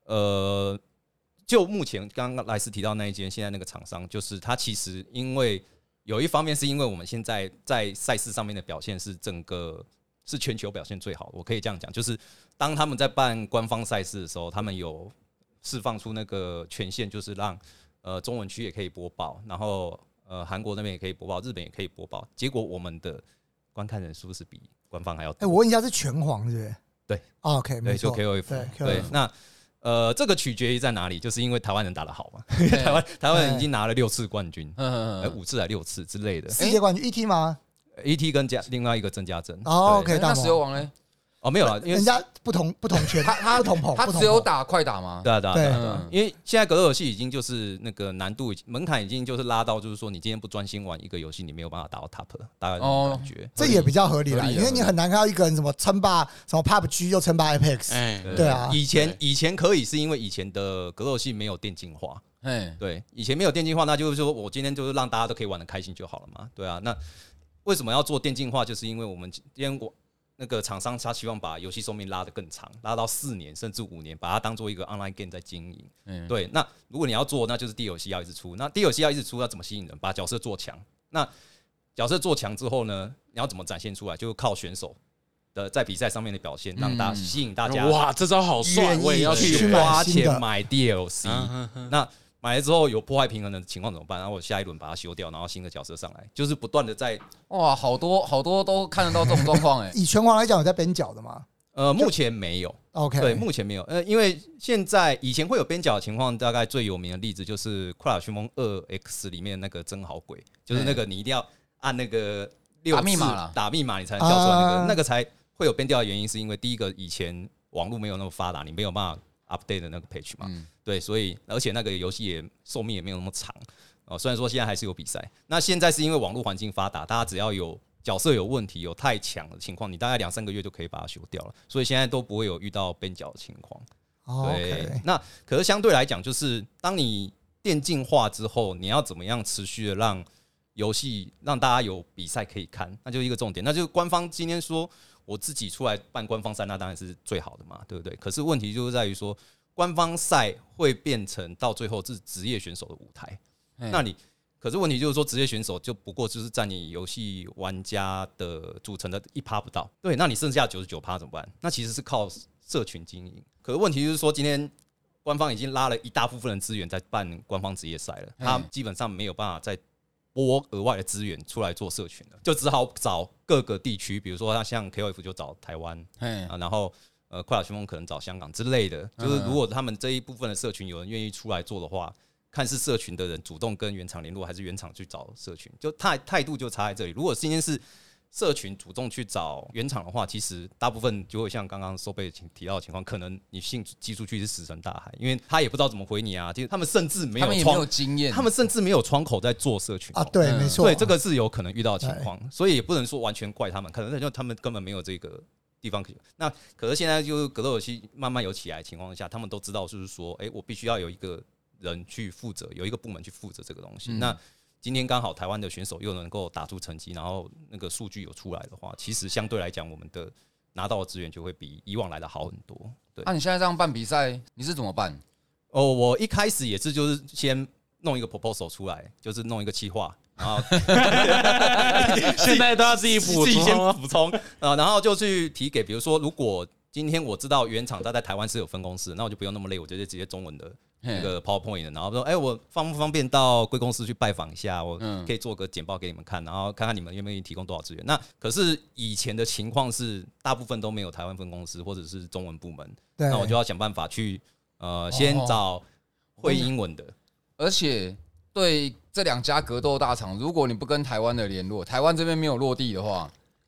就目前刚刚莱斯提到那一间，现在那个厂商，就是他其实因为有一方面是因为我们现在在赛事上面的表现是是全球表现最好的，我可以这样讲，就是当他们在办官方赛事的时候，他们有释放出那个权限，就是让中文区也可以播报，然后韩国那边也可以播报，日本也可以播报。结果我们的观看人数是比官方还要多。 我问一下，是全黄是不是？ 对 ，OK， 没错， 就 KOF。对，那这个取决于在哪里？就是因为台湾人打得好嘛，台湾人已经拿了6次冠军，5次还6次之类的。 世界冠军 ET 吗 ？ET 跟另外一个郑家珍。 OK， 那石油王呢？ 没有啦，因为人家不同圈，他不同棚， 他只有打快打吗？ 对，因为现在格斗游戏已经就是那个难度门槛已经就是拉到，就是说你今天不专心玩一个游戏，你没有办法打到 top， 大概这种感觉。 这也比较合理啦，因为你很难看到一个人什么称霸什么 PUBG 又称霸 Apex， 对啊。 以前可以是因为以前的格斗游戏没有电竞化，对，以前没有电竞化，那就是说我今天就是让大家都可以玩得开心就好了嘛，对啊。那为什么要做电竞化？就是因为我们今天那个厂商他希望把游戏寿命拉得更长，拉到4年甚至5年，把它当做一个 online game 在经营。对，那如果你要做，那就是DLC要一直出。那 DLC要一直出，要怎么吸引人？把角色做强。那角色做强之后呢，你要怎么展现出来？就靠选手的在比赛上面的表现，让大家吸引大家。 哇，这招好帅！我也要去花钱买 DLC。那买了之后有破坏平衡的情况怎么办？然后我下一轮把它修掉，然后新的角色上来，就是不断的在好多都看得到这种状况以拳皇来讲，有在边角的吗？ 目前没有。 OK， 对，目前没有。因为现在以前会有边角的情况，大概最有名的例子就是《快打旋风2X》里面那个真好鬼，就是那个你一定要按那个6次打密码，你才能叫出来那个才会有边掉的原因，是因为第一个以前网络没有那么发达，你没有办法 update 的那个 patch 嘛。对，所以而且那个游戏也寿命也没有那么长。虽然说现在还是有比赛，那现在是因为网络环境发达，大家只要有角色有问题、有太强的情况，你大概2-3个月就可以把它修掉了，所以现在都不会有遇到边角的情况。对，那可是相对来讲，就是当你电竞化之后，你要怎么样持续的让游戏让大家有比赛可以看，那就是一个重点。那就是官方今天说我自己出来办官方赛，那当然是最好的嘛，对不对？可是问题就是在于说，官方赛会变成到最后是职业选手的舞台。可是问题就是说，职业选手就不过就是占你游戏玩家的组成的1%不到，对，那你剩下99%怎么办？那其实是靠社群经营。可是问题就是说，今天官方已经拉了一大部分的资源在办官方职业赛了，他基本上没有办法再拨额外的资源出来做社群了，就只好找各个地区，比如说像 KOF 就找台湾，然后快打旋风可能找香港之类的。就是如果他们这一部分的社群有人愿意出来做的话，看是社群的人主动跟原厂联络，还是原厂去找社群，就态度就差在这里。如果今天是社群主动去找原厂的话，其实大部分就会像刚刚收贝提到的情况，可能你信寄出去是石沉大海，因为他也不知道怎么回你啊。他们甚至没有经验， 他们甚至没有窗口在做社群啊。对，没错， 对，这个是有可能遇到的情况，所以也不能说完全怪他们，可能就他们根本没有这个地方可以。那可是现在就是格斗游戏慢慢有起来的情况下，他们都知道就是说，我必须要有一个人去负责，有一个部门去负责这个东西。那今天刚好台湾的选手又能够打出成绩，然后那个数据有出来的话，其实相对来讲，我们的拿到的资源就会比以往来的好很多。对， 你现在这样办比赛，你是怎么办？ 我一开始也是就是先弄一个 proposal 出来，就是弄一个企划，然后现在都要自己补充，然后就去提给，比如说如果今天我知道原厂它在台湾是有分公司，那我就不用那么累，我就直接中文的那个 PowerPoint 的，然后说，我方不方便到贵公司去拜访一下？我可以做个简报给你们看，然后看看你们愿不愿意提供多少资源。那可是以前的情况是，大部分都没有台湾分公司或者是中文部门，那我就要想办法去先找会英文的， 而且对这2家格斗大厂，如果你不跟台湾的联络，台湾这边没有落地的话。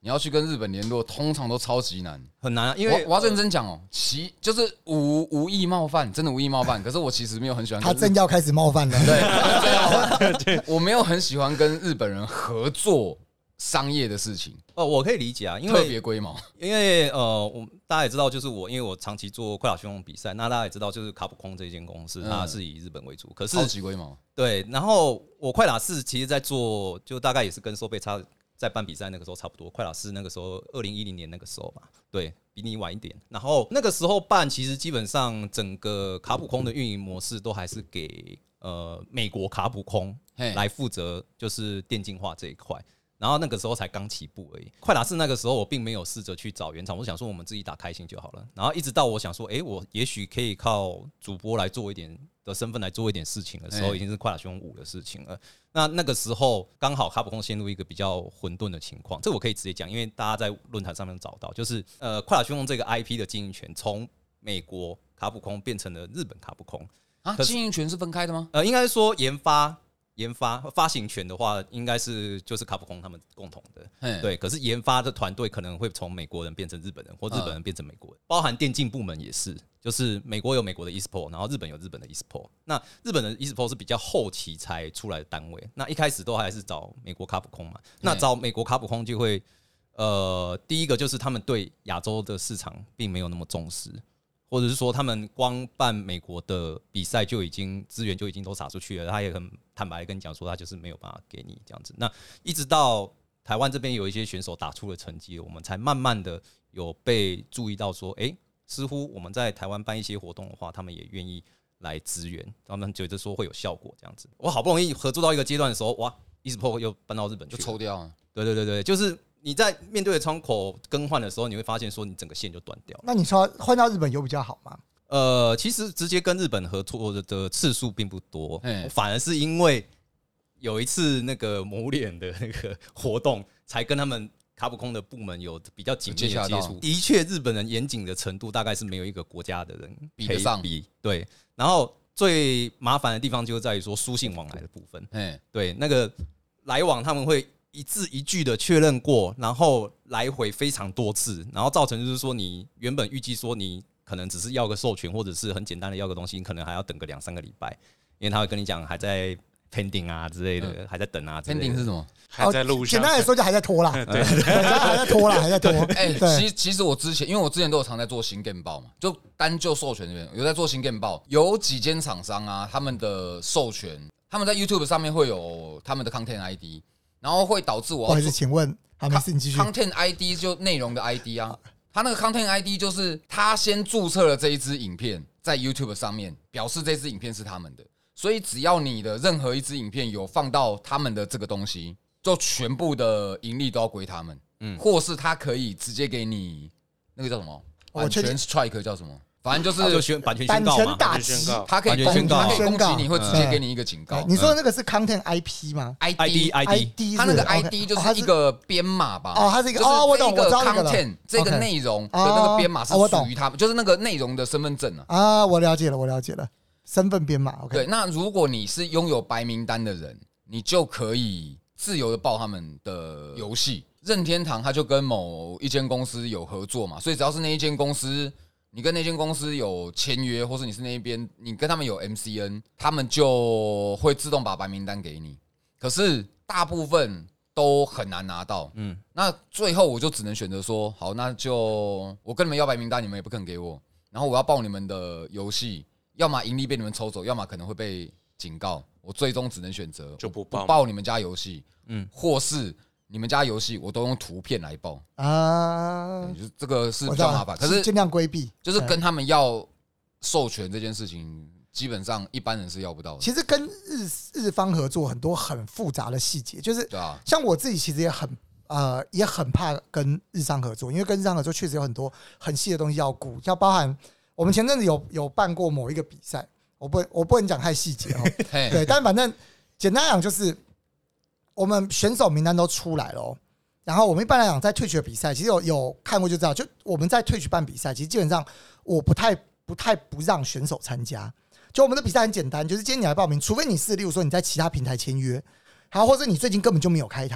你要去跟日本联络，通常都超级难， 很难、啊。因为我要认真讲哦，就是无意冒犯，真的无意冒犯。可是我其实没有很喜欢。 他正要开始冒犯了。 对，我没有很喜欢跟日本人合作商业的事情。 我可以理解啊，因为特别龟毛。 因为大家也知道，就是因为我长期做快打旋风比赛，那大家也知道，就是卡普空这间公司，它是以日本为主，可是超级龟毛。 对，然后我快打4其实在做，就大概也是跟收贝差。在办比赛那个时候差不多，快打4那个时候2010年那个时候吧，对比你晚一点。然后那个时候办，其实基本上整个卡普空的运营模式都还是给美国卡普空来负责，就是电竞化这一块。然后那个时候才刚起步而已。快打4那个时候我并没有试着去找原厂，我想说我们自己打开心就好了。然后一直到我想说，我也许可以靠主播来做一点的身份来做一点事情的时候，已经是快打旋风5的事情了。那个时候刚好卡普空陷入一个比较混沌的情况，这我可以直接讲，因为大家在论坛上面找到，就是快打旋风这个 IP 的经营权从美国卡普空变成了日本卡普空啊，经营权是分开的吗？ 应该说发行权的话，应该是就是卡普空他们共同的，对。可是研发的团队可能会从美国人变成日本人，或日本人变成美国人，包含电竞部门也是，就是美国有美国的 eSport， 然后日本有日本的 eSport。那日本的 eSport 是比较后期才出来的单位，那一开始都还是找美国卡普空嘛。那找美国卡普空就会，第一个就是他们对亚洲的市场并没有那么重视。或者是说，他们光办美国的比赛就已经资源就已经都撒出去了，他也很坦白跟你讲说，他就是没有办法给你这样子。那一直到台湾这边有一些选手打出了成绩，我们才慢慢的有被注意到说，似乎我们在台湾办一些活动的话，他们也愿意来支援，他们觉得说会有效果这样子。我好不容易合作到一个阶段的时候，哇 ，eSport 又搬到日本去了， 就抽掉了。 对，就是。你在面对窗口更换的时候，你会发现说你整个线就断掉。 那你说换到日本有比较好吗？ 其实直接跟日本合作的次数并不多，反而是因为有一次那个魔物猎人的那个活动，才跟他们卡普空的部门有比较紧密的接触。的确，日本人严谨的程度大概是没有一个国家的人比得上。 对，然后最麻烦的地方就在于说书信往来的部分。对，那个来往他们会一字一句的确认过，然后来回非常多次，然后造成就是说，你原本预计说你可能只是要个授权，或者是很简单的要个东西，你可能还要等个2-3个礼拜，因为他会跟你讲还在 pending 啊之类的，还在等啊之类的。 pending 是什么？ 还在路上。 简单来说就还在拖啦，对，还在拖。 其实我之前，因为我之前都有常在做新 game 报嘛，就单就授权这边有在做新 game 报，有几间厂商啊，他们的授权，他们在 YouTube 上面会有他们的 content ID。然后会导致我要。 不好意思，请问，好，没事，你继续。 Content ID 就内容的 ID 啊，他那个 Content ID 就是他先注册了这一支影片在 YouTube 上面，表示这支影片是他们的，所以只要你的任何一支影片有放到他们的这个东西，就全部的盈利都要归他们，或是他可以直接给你那个叫什么版权 strike 叫什么？反正就是版权宣告嘛， 打击， 他可以攻击你，会直接给你一个警告。 你说的那个是 content IP 吗 ？ID， 他那个 ID 就是一个编码吧？ 哦，它是一个我懂，我知道那个 content 这个内容的那个编码是属于他们，就是那个内容的身份证啊。 啊，我了解了，身份编码。OK， 对，那如果你是拥有白名单的人，你就可以自由的报他们的游戏。任天堂他就跟某一间公司有合作嘛，所以只要是那一间公司。你跟那间公司有签约，或是你是那边，你跟他们有 MCN， 他们就会自动把白名单给你。可是大部分都很难拿到，那最后我就只能选择说，好，那就我跟你们要白名单，你们也不肯给我，然后我要报你们的游戏，要么盈利被你们抽走，要么可能会被警告。我最终只能选择就不报你们家游戏，或是。你们家游戏我都用图片来报啊，就是这个是比较麻烦，可是尽量规避， 就是跟他们要授权这件事情，基本上一般人是要不到的。 其实跟日方合作很多很复杂的细节，就是像我自己其实也很怕跟日商合作，因为跟日商合作确实有很多很细的东西要顾，要包含我们前阵子有办过某一个比赛，我不能讲太细节哦，对，但反正简单讲就是。我们选手名单都出来了，然后我们一般来讲在Twitch的比赛，其实有看过就知道，就我们在Twitch办比赛，其实基本上我不太不让选手参加。就我们的比赛很简单，就是今天你来报名，除非你是例如说你在其他平台签约，然后或者你最近根本就没有开台，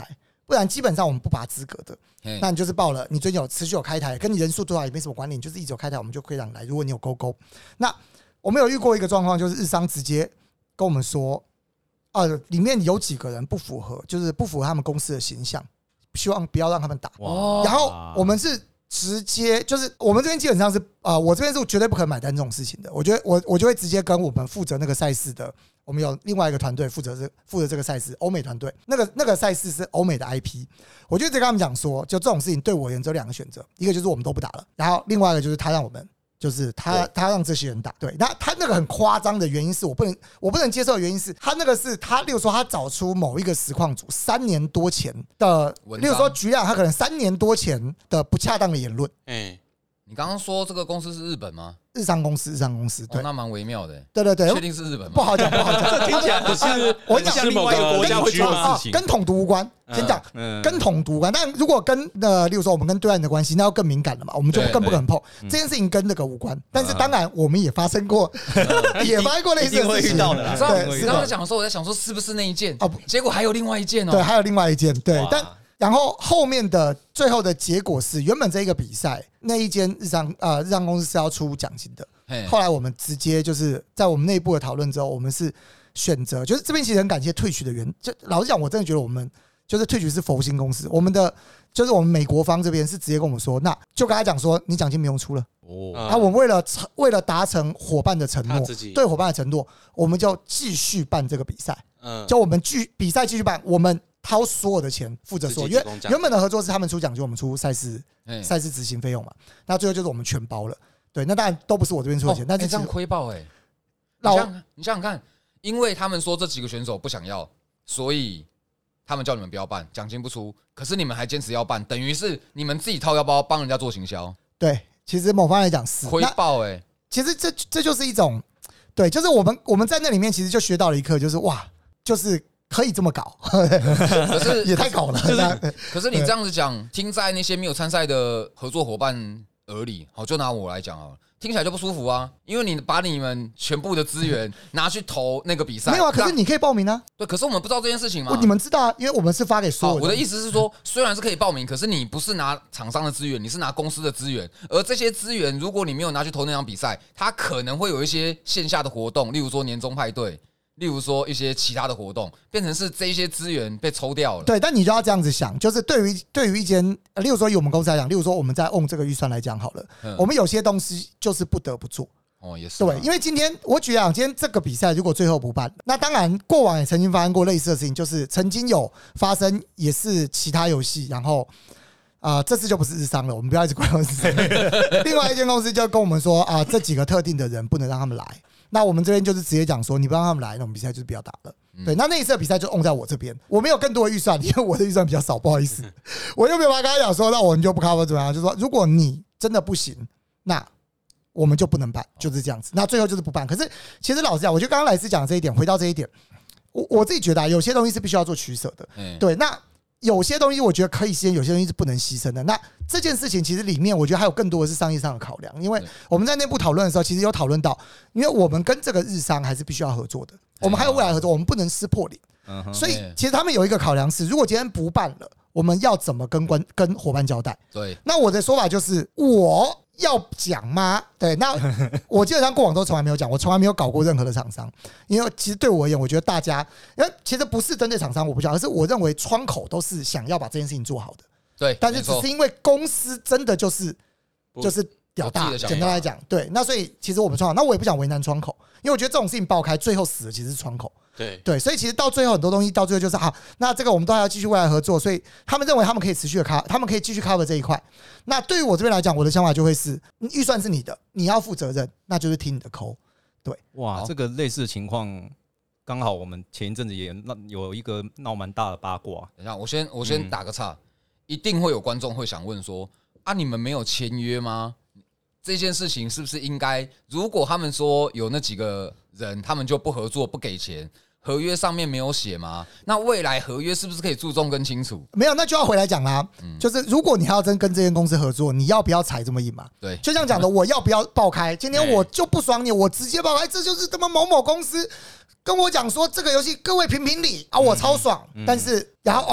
不然基本上我们不拔资格的。那你就是报了，你最近有持续有开台，跟你人数多少也没什么关联，你就是一直有开台，我们就可以让你来。如果你有勾勾，那我们有遇过一个状况，就是日商直接跟我们说，里面有几个人不符合，就是不符合他们公司的形象，希望不要让他们打。然后我们是直接就是我们这边基本上是我这边是绝对不可能买单这种事情的。我觉得我就会直接跟我们负责那个赛事的。我们有另外一个团队负责这个赛事，欧美团队，那个赛事是欧美的 IP， 我就直接跟他们讲说，就这种事情对我而言只有2个选择，一个就是我们都不打了，然后另外一个就是他让我们，就是他让这些人打。对，那他那个很夸张的原因是我不能接受的原因是他那个是他，例如说他找出某一个实况组3年多前的，例如说举例，他可能3年多前的不恰当的言论。 你刚刚说这个公司是日本吗？ 日商公司，对， 那蛮微妙的。 对， 确定是日本吗？ 不好讲， 这听起来不是我讲另外一个国家会做的事情， 跟统独无关。先讲跟统独无关，但如果跟例如说我们跟对岸的关系，那要更敏感了嘛，我们就更不可能碰这件事情跟那个无关。但是当然我们也发生过，也发生过类似的事情。 对，你刚才讲的时候，我在想说是不是那一件结果还有另外一件哦。 对，还有另外一件，对，但。然后后面的最后的结果是，原本这个比赛那一间日商公司是要出奖金的，后来我们直接就是在我们内部的讨论之后，我们是选择，就是这边其实很感谢退取的人，就老实讲，我真的觉得我们就是退取是佛心公司，我们的就是我们美国方这边是直接跟我们说，那就跟他讲说，你奖金不用出了。我们为了达成伙伴的承诺，对伙伴的承诺，我们就继续办这个比赛，就我们比赛继续办，我们。掏所有的钱负责所有，因为原本的合作是他们出奖金，我们出赛事执行费用嘛。那最后就是我们全包了。对，那当然都不是我这边出的钱，但是这样亏爆你想想看，因为他们说这几个选手不想要，所以他们叫你们不要办，奖金不出，可是你们还坚持要办，等于是你们自己掏腰包帮人家做行销。 对，其实某方来讲是亏爆其实这就是一种，对，就是我们在那里面其实就学到了一课，就是哇，就是。可以这么搞，可是也太搞了。 可是你这样子讲，听在那些没有参赛的合作伙伴耳里，好，就拿我来讲啊，听起来就不舒服啊，因为你把你们全部的资源拿去投那个比赛， 没有啊？可是你可以报名啊。 对，可是我们不知道这件事情嘛。 你们知道啊，因为我们是发给所有人。 我的意思是说，虽然是可以报名，可是你不是拿厂商的资源，你是拿公司的资源，而这些资源，如果你没有拿去投那场比赛，它可能会有一些线下的活动，例如说年终派对。例如说一些其他的活动，变成是这一些资源被抽掉了。 对，但你就要这样子想，就是对于一间，例如说以我们公司来讲，例如说我们在用这个预算来讲好了，我们有些东西就是不得不做。 也是。 对，因为今天我举例，今天这个比赛如果最后不办，那当然过往也曾经发生过类似的事情，就是曾经有发生，也是其他游戏，然后。这次就不是日商了，我们不要一直怪我是谁。另外一间公司就跟我们说这几个特定的人不能让他们来。那我们这边就是直接讲说，你不让他们来，那我们比赛就是不要打了。对，那一次的比赛就用在我这边，我没有更多的预算，因为我的预算比较少，不好意思，我又没有办法跟他讲说，那我们就不 cover 怎么样，就是说如果你真的不行，那我们就不能办，就是这样子。那最后就是不办。可是其实老实讲，我觉得刚刚莱斯讲这一点，回到这一点，我自己觉得有些东西是必须要做取舍的。对，那。有些东西我觉得可以牺牲，有些东西是不能牺牲的。那这件事情其实里面，我觉得还有更多的是商业上的考量。因为我们在内部讨论的时候，其实有讨论到，因为我们跟这个日商还是必须要合作的，我们还有未来合作，我们不能撕破脸。所以其实他们有一个考量是，如果今天不办了，我们要怎么跟伙伴交代？ 对， 那我的说法就是我。要讲吗？对，那我基本上过往都从来没有讲，我从来没有搞过任何的厂商，因为其实对我而言，我觉得大家，因为其实不是针对厂商，我不讲，而是我认为窗口都是想要把这件事情做好的。 对， 但是只是因为公司真的就是屌大，简单来讲，对，那所以其实我们窗口，那我也不想为难窗口，因为我觉得这种事情爆开，最后死的其实是窗口。对，所以其实到最后很多东西到最后就是那这个我们都还要继续未来合作，所以他们认为他们可以持续的 cover， 他们可以继续 cover 这一块。那对于我这边来讲，我的想法就会是，预算是你的，你要负责任，那就是听你的抠。对， 哇，这个类似的情况，刚好我们前一阵子也有一个闹蛮大的八卦。 等一下，我先打个岔，一定会有观众会想问说，你们没有签约吗？这件事情是不是应该？如果他们说有那几个人，他们就不合作、不给钱，合约上面没有写吗？那未来合约是不是可以注重更清楚？ 没有，那就要回来讲啦。就是如果你要真跟这间公司合作，你要不要踩这么硬嘛？ 对， 就像讲的，我要不要爆开？今天我就不爽你，我直接爆开，这就是他妈某某公司跟我讲说这个游戏各位评评理啊，我超爽。但是然后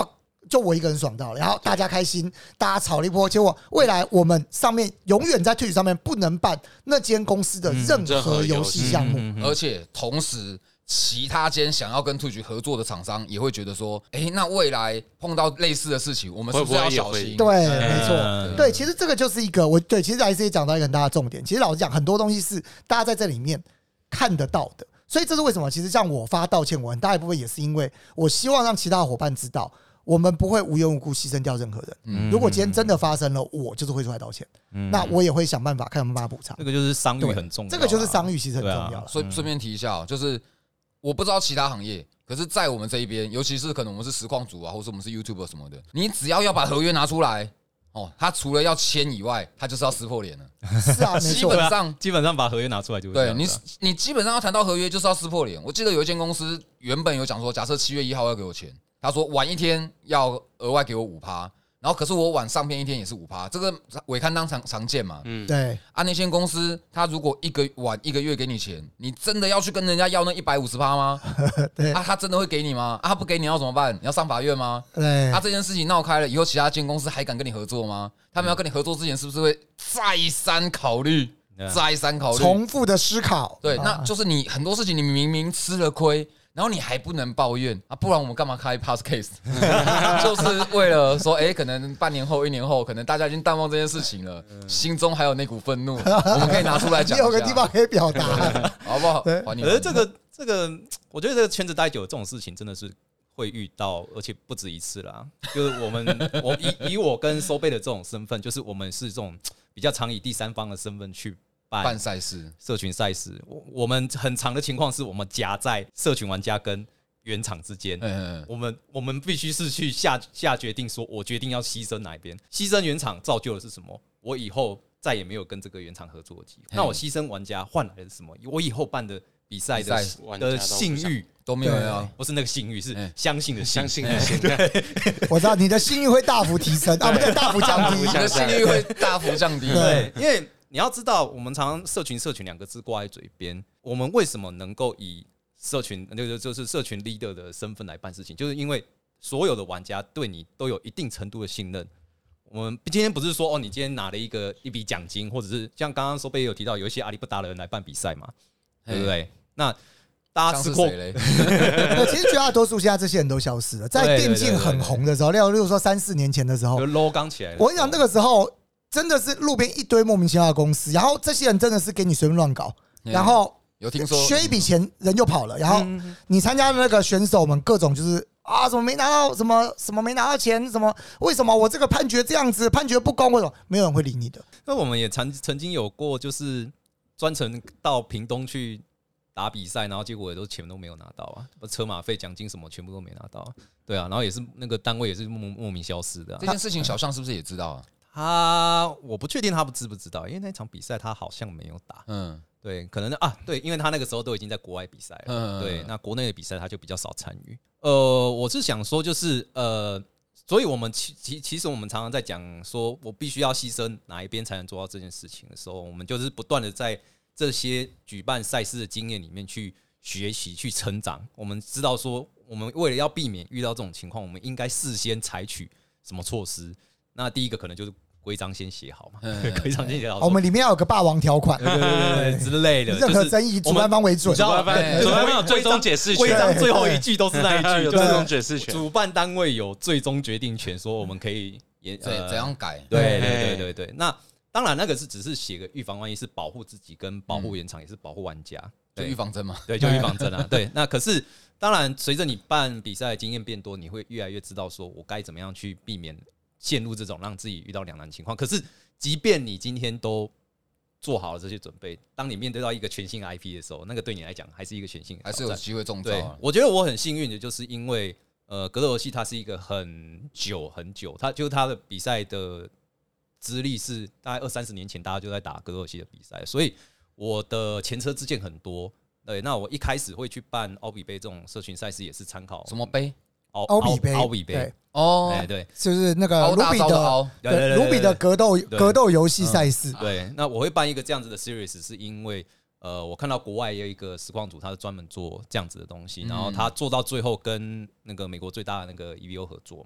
就我一个人爽到了，然后大家开心，大家吵了一波，结果未来我们上面永远在 Twitch 上面不能办那间公司的任何游戏项目， 而且同时其他间想要跟 Twitch 合作的厂商也会觉得说，那未来碰到类似的事情，我们是不是要小心？ 对，没错，对，其实这个就是一个其实 IC 也讲到一个很大的重点，其实老实讲，很多东西是大家在这里面看得到的。所以这是为什么？其实像我发道歉文，很大一部分也是因为我希望让其他的伙伴知道，我们不会无缘无故牺牲掉任何人。如果今天真的发生了，我就是会出来道歉。那我也会想办法看有没有办法补偿。 这个就是商誉很重要， 这个就是商誉其实很重要了。 所以顺便提一下，就是我不知道其他行业，可是在我们这一边，尤其是可能我们是实况组啊，或是我们是 YouTuber 什么的，你只要把合约拿出来。他除了要签以外，他就是要撕破脸了。 是啊， 基本上把合约拿出来就对。 你基本上要谈到合约，就是要撕破脸。我记得有一间公司原本有讲说，假设7月1号要给我钱，他说晚一天要额外给我5%，然后可是我晚上片一天也是5%，这个伪刊当常见嘛。 对。 那间公司他如果晚1个月给你钱，你真的要去跟人家要那150%吗？ 对。 他真的会给你吗？他不给你要怎么办？你要上法院吗？ 对。 这件事情闹开了以后，其他间公司还敢跟你合作吗？他们要跟你合作之前，是不是会再三考虑？ 重复的思考。 对，那就是你很多事情你明明吃了亏。然后你还不能抱怨不然我们干嘛开 podcast？ 就是为了说，可能半年后、1年后，可能大家已经淡忘这件事情了，心中还有那股愤怒，我们可以拿出来讲一下。 有个地方可以表达， 好不好？ 而这个，我觉得这个圈子待久了，这种事情真的是会遇到，而且不止一次啦。就是我以我跟收贝的这种身份，就是我们是这种比较常以第三方的身份去。 办赛事、 社群赛事，我们很长的情况是我们夹在社群玩家跟原厂之间，我们必须是去下决定，说我决定要牺牲哪一边，牺牲原厂造就的是什么？我以后再也没有跟这个原厂合作的机会。那我牺牲玩家换来的是什么？我以后办的比赛的信誉都没有啊， 不是那个信誉，是相信的信。 对，我知道你的信誉会大幅提升不对，大幅降低， 你的信誉会大幅降低。 对，因为。你要知道，我们常常社群2个字挂在嘴边，我们为什么能够以社群就是社群 leader 的身份来办事情，就是因为所有的玩家对你都有一定程度的信任。我们今天不是说你今天拿了一笔奖金，或者是像刚刚收贝也有提到，有一些阿里不达的人来办比赛嘛，对不对？那大家吃过其实绝大多数现在这些人都消失了。在电竞很红的时候，例如说3-4年前的时候 ，low 刚起来了。 我跟你讲，那个时候。真的是路边一堆莫名其妙的公司，然后这些人真的是给你随便乱搞，然后有听说学一笔钱人就跑了，然后你参加的那个选手们各种就是怎么没拿到什么没拿到钱，什么为什么我这个判决这样子，判决不公，为什么没有人会理你的？ 那我们也曾经有过，就是专程到屏东去打比赛，然后结果也都钱都没有拿到啊，车马费、奖金什么全部都没拿到啊，对啊，然后也是那个单位也是莫名消失的啊。 这件事情小象是不是也知道啊？ 我不确定他知不知道，因为那场比赛他好像没有打。对，可能对，因为他那个时候都已经在国外比赛了。对，那国内的比赛他就比较少参与。我是想说，就是所以我们其实我们常常在讲说，我必须要牺牲哪一边才能做到这件事情的时候，我们就是不断的在这些举办赛事的经验里面去学习、去成长。我们知道说，我们为了要避免遇到这种情况，我们应该事先采取什么措施？那第一个可能就是。规章先写好嘛，规章先写好。 我们里面要有个霸王条款， 对之类的， 任何争议主办方为准。 主办方有最终解释权， 规章最后一句都是那一句， 有最终解释权。 主办单位有最终决定权，说我们可以怎样改。 对。那当然，那个只是写个预防万一，是保护自己跟保护原厂，也是保护玩家。 就预防针嘛， 对，就预防针啊。对，那可是当然，随着你办比赛的经验变多，你会越来越知道说我该怎么样去避免陷入这种让自己遇到两难情况。可是，即便你今天都做好了这些准备，当你面对到一个全新的 IP 的时候，那个对你来讲还是一个全新的挑战， 还是有机会中招啊。 我觉得我很幸运的，就是因为格斗游戏它是一个很久，它的比赛的资历是大概20-30年前大家就在打格斗游戏的比赛，所以我的前车之鉴很多。对，那我一开始会去办奥比杯这种社群赛事，也是参考什么杯？ 奥比杯哦， 对， 就是那个卢比的格斗游戏赛事。 对，那我会办一个这样子的 series， 是因为我看到国外也有一个实况组，他是专门做这样子的东西，然后他做到最后跟那个美国最大的那个 EVO 合作嘛。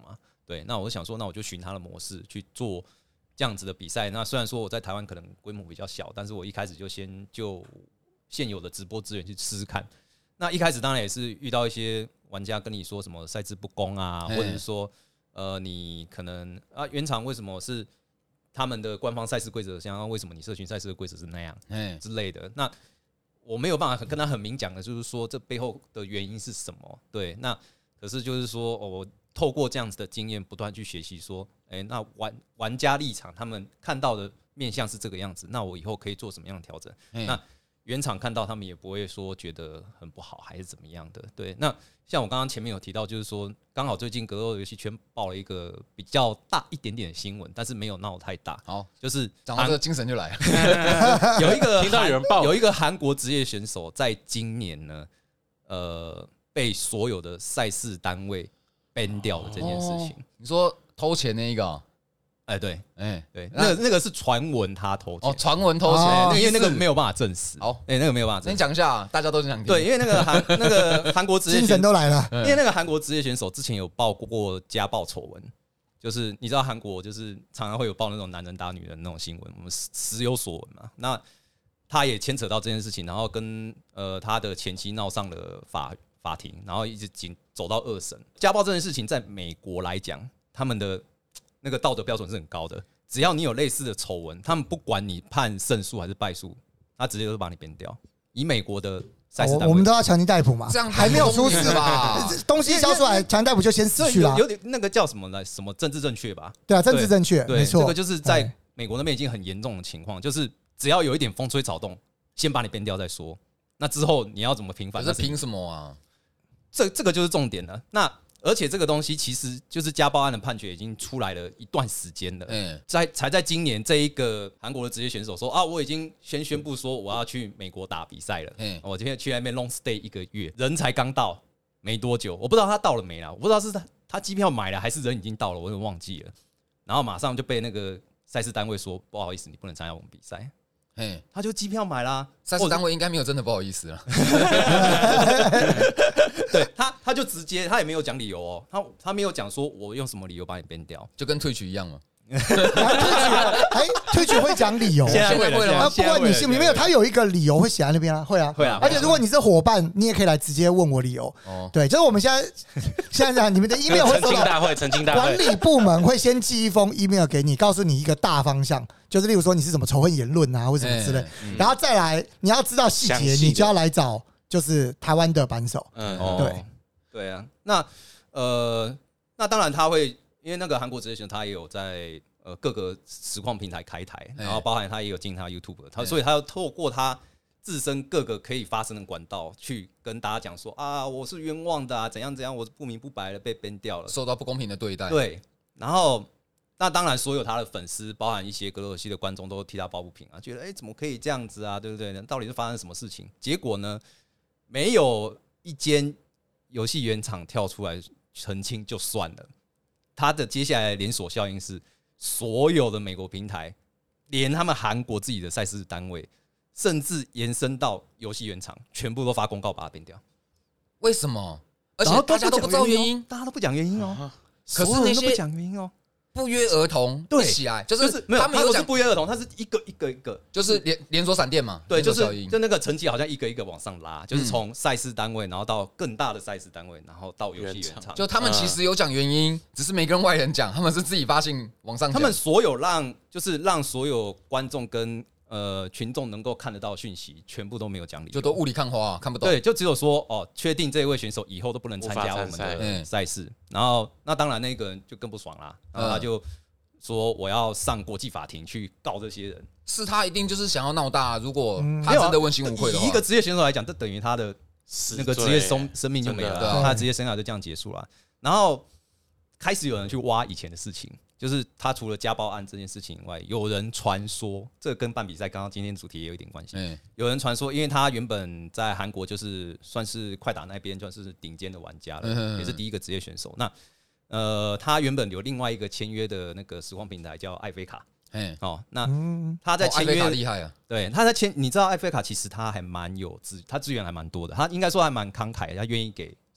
对，那我就想说，那我就循他的模式去做这样子的比赛。那虽然说我在台湾可能规模比较小，但是我一开始就先就现有的直播资源去试试看。那一开始当然也是遇到一些玩家跟你说什么赛制不公啊，或者是说你可能原厂为什么是他们的官方赛事规则这样，为什么你社群赛事的规则是那样之类的。那我没有办法跟他很明讲的，就是说这背后的原因是什么。对，那可是就是说，我透过这样子的经验，不断去学习，说，那玩家立场他们看到的面向是这个样子，那我以后可以做什么样的调整？那原厂看到他们也不会说觉得很不好，还是怎么样的？对，那像我刚刚前面有提到，就是说，刚好最近格斗游戏圈爆了一个比较大一点点的新闻，但是没有闹太大。好，就是讲到这个精神就来了。 有一个听到有人爆， 有一个韩国职业选手在今年呢，被所有的赛事单位 ban 掉的这件事情。 你说偷钱那一个？ 对，那个是传闻他偷钱， 传闻偷钱， 因为那个没有办法证实。 好， 那个没有办法证实。 你讲一下，大家都想听。 对，因为那个韩国职业精神都来了， 因为那个韩国职业选手之前有爆过家暴丑闻，就是你知道韩国就是常常会有爆那种男人打女人那种新闻，我们时有所闻嘛。那他也牵扯到这件事情，然后跟他的前妻闹上了法庭，然后一直走到2审。家暴这件事情在美国来讲，他们的那个道德标准是很高的，只要你有类似的丑闻，他们不管你判胜诉还是败诉，他直接就把你编掉。以美国的赛事单位， 我们都要强行逮捕嘛， 这样还没有出事吧？东西交出来，强行逮捕就先死去了。 有点那个叫什么来？什么政治正确吧？ 对啊，政治正确，没错。 这个就是在美国那边已经很严重的情况，就是只要有一点风吹草动，先把你编掉再说。那之后你要怎么平反？ 这凭什么啊？ 这个就是重点了。那而且这个东西其实就是家暴案的判决已经出来了一段时间了，才在今年这一个韩国的职业选手说我已经先宣布说我要去美国打比赛了，我今天去那边 long stay 1个月，人才刚到没多久，我不知道他到了没啦，我不知道是他机票买了还是人已经到了，我有点忘记了，然后马上就被那个赛事单位说不好意思，你不能参加我们比赛。他就机票买啦， 赛事单位应该没有真的不好意思了。 对， 他就直接，他也没有讲理由哦，他没有讲说我用什么理由把你编掉， 就跟退取一样嘛。 退取会讲理由， 现在会了吗？ 不管你信不信，没有，他有一个理由会写在那边啊，会啊。而且如果你是伙伴，你也可以来直接问我理由。对，就是我们现在讲，你们的 email 会收到澄清大会， 管理部门会先寄一封 email 给你，告诉你一个大方向，就是例如说你是什么仇恨言论啊，或什么之类，然后再来你要知道细节，你就要来找就是台湾的扳手。 对啊，那当然他会。因为那个韩国职业选手他也有在各个实况平台开台，然后包含他也有进他 YouTube， 所以他要透过他自身各个可以发声的管道去跟大家讲说我是冤枉的怎样怎样，我不明不白的被 ban 掉了， 受到不公平的对待。 对，然后那当然所有他的粉丝，包含一些格斗游戏的观众都替他抱不平啊，觉得怎么可以这样子啊，对不对？到底是发生什么事情？结果呢，没有一间游戏原厂跳出来澄清就算了。他的接下来的连锁效应是，所有的美国平台，连他们韩国自己的赛事单位，甚至延伸到游戏原厂，全部都发公告把它变掉。 为什么？而且大家都不知道原因， 大家都不讲原因哦。 可是那些不讲原因哦， 不约而同一起来，就是没有， 他们有讲不约而同，他是一个， 就是连锁闪电嘛。 对，就那个成绩好像一个一个往上拉，就是从赛事单位，然后到更大的赛事单位，然后到游戏原厂。 就他们其实有讲原因，只是没跟外人讲，他们是自己发信往上讲。 他们所有让所有观众跟群众能够看得到讯息，全部都没有讲理由， 就都雾里看花，看不懂。 对，就只有说确定这一位选手以后都不能参加我们的赛事。然后那当然那个人就更不爽啦，然后他就说我要上国际法庭去告这些人。 是他一定就是想要闹大，如果他真的问心无愧的话， 以一个职业选手来讲，这等于他的那个职业生命就没了，他的职业生涯就这样结束了。然后开始有人去挖以前的事情。就是他除了家暴案这件事情以外，有人传说，这跟办比赛刚刚今天主题也有一点关系。有人传说，因为他原本在韩国就是算是快打那边算是顶尖的玩家了，也是第一个职业选手。那他原本有另外一个签约的那个实况平台叫艾菲卡。那他在签约厉害啊！ 对，他在你知道艾菲卡其实他还蛮有他资源还蛮多的，他应该说还蛮慷慨的，他愿意给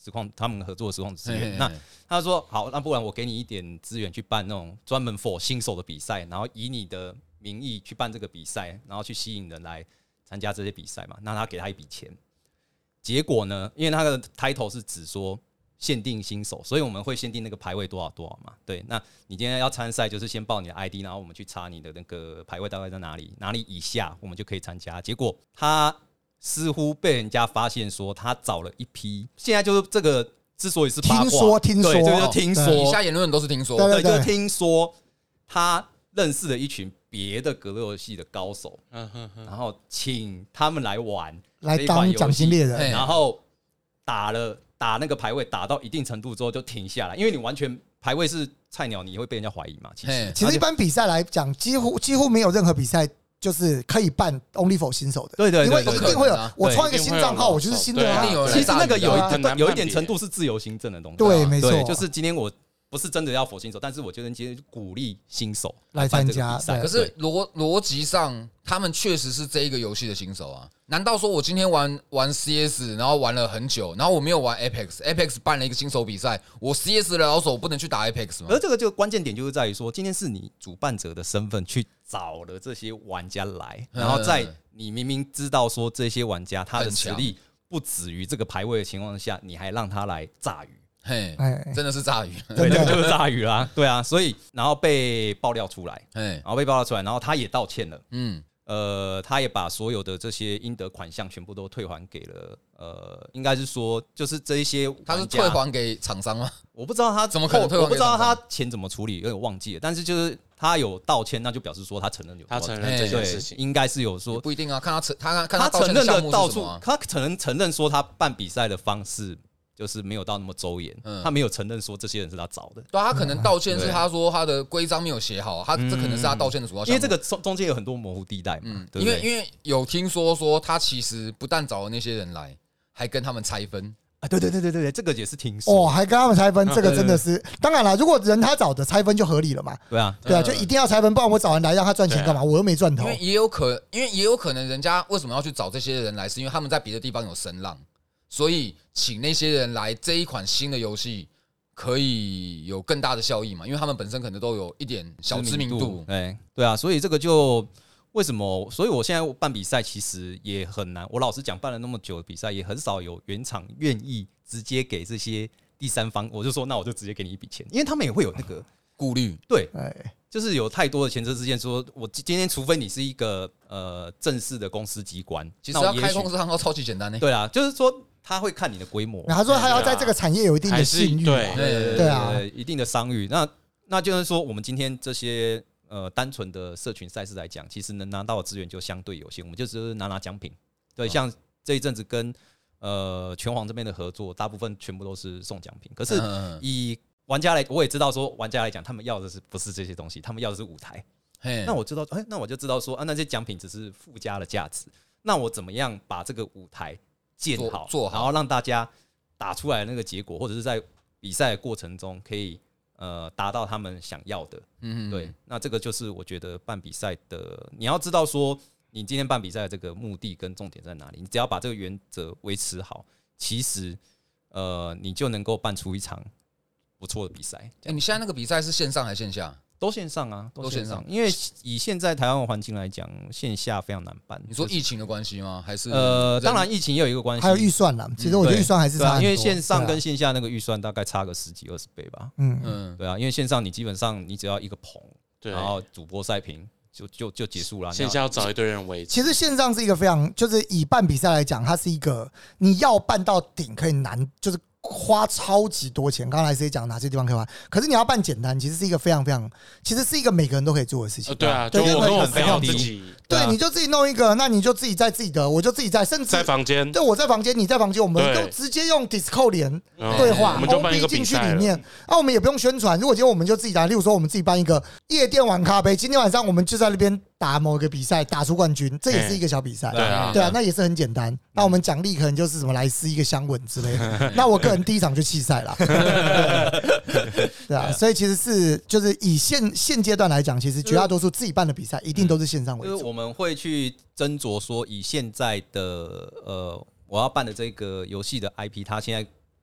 他们合作的实况资源。那他说好，那不然我给你一点资源去办那种专门 for 新手的比赛，然后以你的名义去办这个比赛，然后去吸引人来参加这些比赛嘛。那他给他一笔钱，结果呢，因为他的 title 是指说限定新手，所以我们会限定那个排位多少多少嘛。对，那你今天要参赛，就是先报你的 ID， 然后我们去查你的那个排位大概在哪里以下，我们就可以参加。结果他似乎被人家发现说他找了一批，现在就是这个之所以是八卦， 听说， 对，这个就听说， 以下言论都是听说， 对，就是听说他认识了一群别的格斗游戏的高手，然后请他们来玩， 来当奖金猎人， 然后打那个排位打到一定程度之后就停下来，因为你完全排位是菜鸟，你会被人家怀疑嘛。其实一般比赛来讲，几乎没有任何比赛就是可以办 only for 新手的。 对， 因为一定会有，我创一个新账号，我就是新的啊。 其实那个有一点程度是自由行政的东西。 对，没错， 就是今天我不是真的要for新手，但是我觉得今天鼓励新手来参加。 可是逻辑上，他们确实是这一个游戏的新手啊。难道说我今天玩 CS， 然后玩了很久，然后我没有玩 Apex 办了一个新手比赛，我 CS 的老手不能去打 Apex 吗？ 而这个就关键点就是在于说，今天是你主办者的身份去找了这些玩家来，然后在你明明知道说这些玩家他的实力不止于这个排位的情况下，你还让他来炸鱼。 嘿，真的是炸鱼， 对，那个就是炸鱼啦，对啊，所以然后被爆料出来，然后他也道歉了，他也把所有的这些应得款项全部都退还给了，应该是说就是这一些他是退还给厂商吗？ 我不知道他怎么可能退还给厂商， 我不知道他钱怎么处理，有点忘记了，但是就是他有道歉，那就表示说他承认有， 他承认这件事情， 应该是有说不一定啊，看他承认的到处，他承认说他办比赛的方式。就是没有到那么周延，他没有承认说这些人是他找的。 对，他可能道歉是他说他的规章没有写好，这可能是他道歉的主要项目。 因为这个中间有很多模糊地带嘛。 因为有听说他其实不但找了那些人来，还跟他们拆分啊。对，这个也是听说。 还跟他们拆分，这个真的是。当然了，如果人他找的拆分就合理了嘛。 对啊， 就一定要拆分，不然我找人来让他赚钱干嘛？我又没赚头。 因为也有可能人家为什么要去找这些人来，是因为他们在别的地方有声浪。所以请那些人来这一款新的游戏可以有更大的效益嘛？因为他们本身可能都有一点小知名度。 对啊，所以这个就为什么？所以我现在办比赛其实也很难。我老实讲，办了那么久的比赛，也很少有原厂愿意直接给这些第三方。我就说，那我就直接给你一笔钱，因为他们也会有那个顾虑。 对，就是有太多的前车之鉴，说我今天除非你是一个正式的公司机关， 其实要开公司账号超级简单呢。 对啊，就是说。他会看你的规模， 他说他要在这个产业有一定的信誉， 对啊，一定的商誉。那就是说，我们今天这些单纯的社群赛事来讲，其实能拿到的资源就相对有限，我们就只是拿奖品。对，像这一阵子跟拳皇这边的合作，大部分全部都是送奖品。可是以玩家来，我也知道说玩家来讲，他们要的不是这些东西，他们要的是舞台。那我知道，那我就知道说那些奖品只是附加的价值。那我怎么样把这个舞台建好，做好，然后让大家打出来的那个结果，或者是在比赛的过程中可以达到他们想要的。对，那这个就是我觉得办比赛的，你要知道说你今天办比赛的这个目的跟重点在哪里，你只要把这个原则维持好，其实你就能够办出一场不错的比赛。 你现在那个比赛是线上还是线下？ 都线上啊，都线上。因为以现在台湾的环境来讲，线下非常难办。 你说疫情的关系吗？还是当然疫情也有一个关系， 还有预算啦。其实我觉得预算还是差很多， 因为线上跟线下那个预算大概差个10几20倍吧。对啊，因为线上你基本上你只要一个棚，然后主播赛评就结束了。 线下要找一堆人围。 其实线上是一个非常，就是以办比赛来讲，它是一个你要办到顶可以难，就是花超级多钱。刚才谁讲哪些地方可以花？可是你要办简单，其实是一个非常非常，其实是一个每个人都可以做的事情。 对啊，就我跟我朋友自己， 对，你就自己弄一个，那你就自己在自己的，我就自己在，甚至在房间， 对，我在房间，你在房间，我们都直接用 Discord 连对话， 我们就办一个进去里面，那我们也不用宣传。如果今天我们就自己来，例如说我们自己办一个夜店玩咖啡，今天晚上我们就在那边打某个比赛，打出冠军，这也是一个小比赛。对啊，那也是很简单。那我们奖励可能就是什么莱斯一个香吻之类的。那我个人第一场就弃赛了。对啊，所以其实是就是以现阶段来讲，其实绝大多数自己办的比赛一定都是线上为主。 就是我们会去斟酌说，以现在的我要办的这个游戏的 IP， 它现在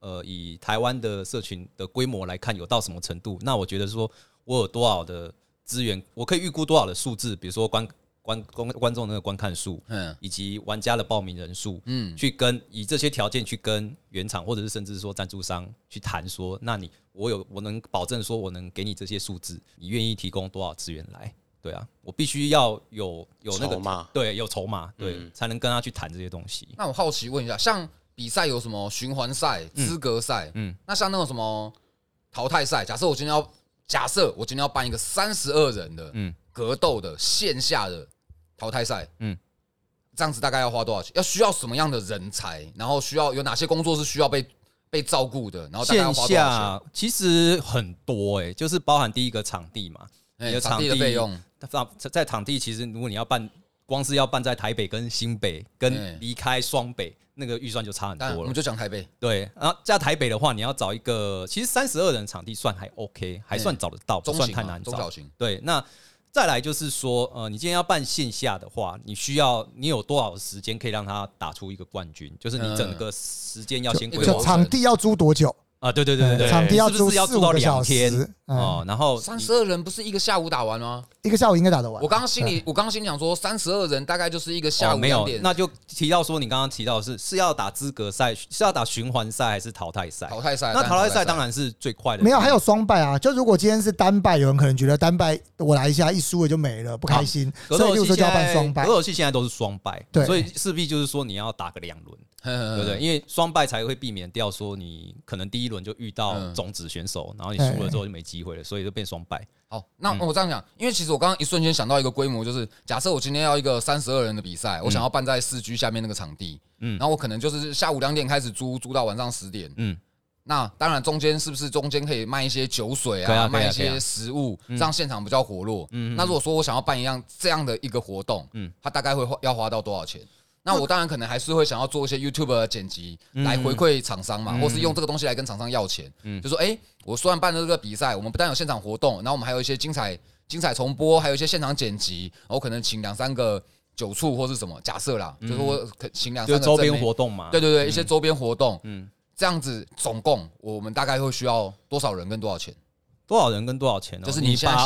以台湾的社群的规模来看，有到什么程度？那我觉得说我有多少的资源，我可以预估多少的数字，比如说观众那个观看数，以及玩家的报名人数，去以这些条件去跟原厂或者是甚至说赞助商去谈说，那我能保证说我能给你这些数字，你愿意提供多少资源来？对啊，我必须要有那个筹码，对，有筹码，对，才能跟他去谈这些东西。 那我好奇问一下，像比赛有什么循环赛、资格赛？那像那种什么淘汰赛，假设我今天要办一个32人的格斗的线下的淘汰赛，这样子大概要花多少钱？需要什么样的人才？然后有哪些工作是需要被照顾的？然后大概要花多少钱？线下其实很多就是包含第一个场地嘛， 场地的费用， 在场地其实如果你要办，光是要办在台北跟新北跟离开双北，那个预算就差很多了。 我们就讲台北， 对，然后在台北的话，你要找一个其实32人场地算还 OK， 还算找得到，不算太难找。 中小型。 对，那再来就是说，你今天要办线下的话，你有多少时间可以让他打出一个冠军？就是你整个时间要先规划。 场地要租多久？ 啊，对， 场地要租 4-5到2天哦，然后 32人不是一个下午打完吗？ 一个下午应该打得完。 我刚刚心里想说，32人大概就是一个下午2点。 那就提到说，你刚刚提到的是要打资格赛，是要打循环赛还是淘汰赛？ 淘汰赛。 那淘汰赛当然是最快的。 没有，还有双败啊。就如果今天是单败，有人可能觉得单败我来一下，一输了就没了，不开心。所以就要办双败。 格斗系现在都是双败，所以势必就是说你要打个2轮。对不对？因为双败才会避免掉说你可能第1轮就遇到种子选手，然后你输了之后就没机会了，所以就变双败。 好，那我这样讲，因为其实我刚刚一瞬间想到一个规模，就是假设我今天要一个32人的比赛，我想要办在4G 下面那个场地，然后我可能就是下午2点开始租到晚上10点，那当然中间是不是可以卖一些酒水啊，卖一些食物，让现场比较活络。那如果说我想要办这样的一个活动，它大概要花到多少钱？那我当然可能还是会想要做一些 YouTube 的剪辑来回馈厂商嘛，或是用这个东西来跟厂商要钱。就说我虽然办了这个比赛，我们不但有现场活动，然后我们还有一些精彩重播，还有一些现场剪辑，然后可能请2-3个酒促或是什么，假设啦，就是我请2-3个周边活动嘛， 对，一些周边活动，这样子总共我们大概会需要多少人跟多少钱？ 多少人跟多少钱呢？ 就是你把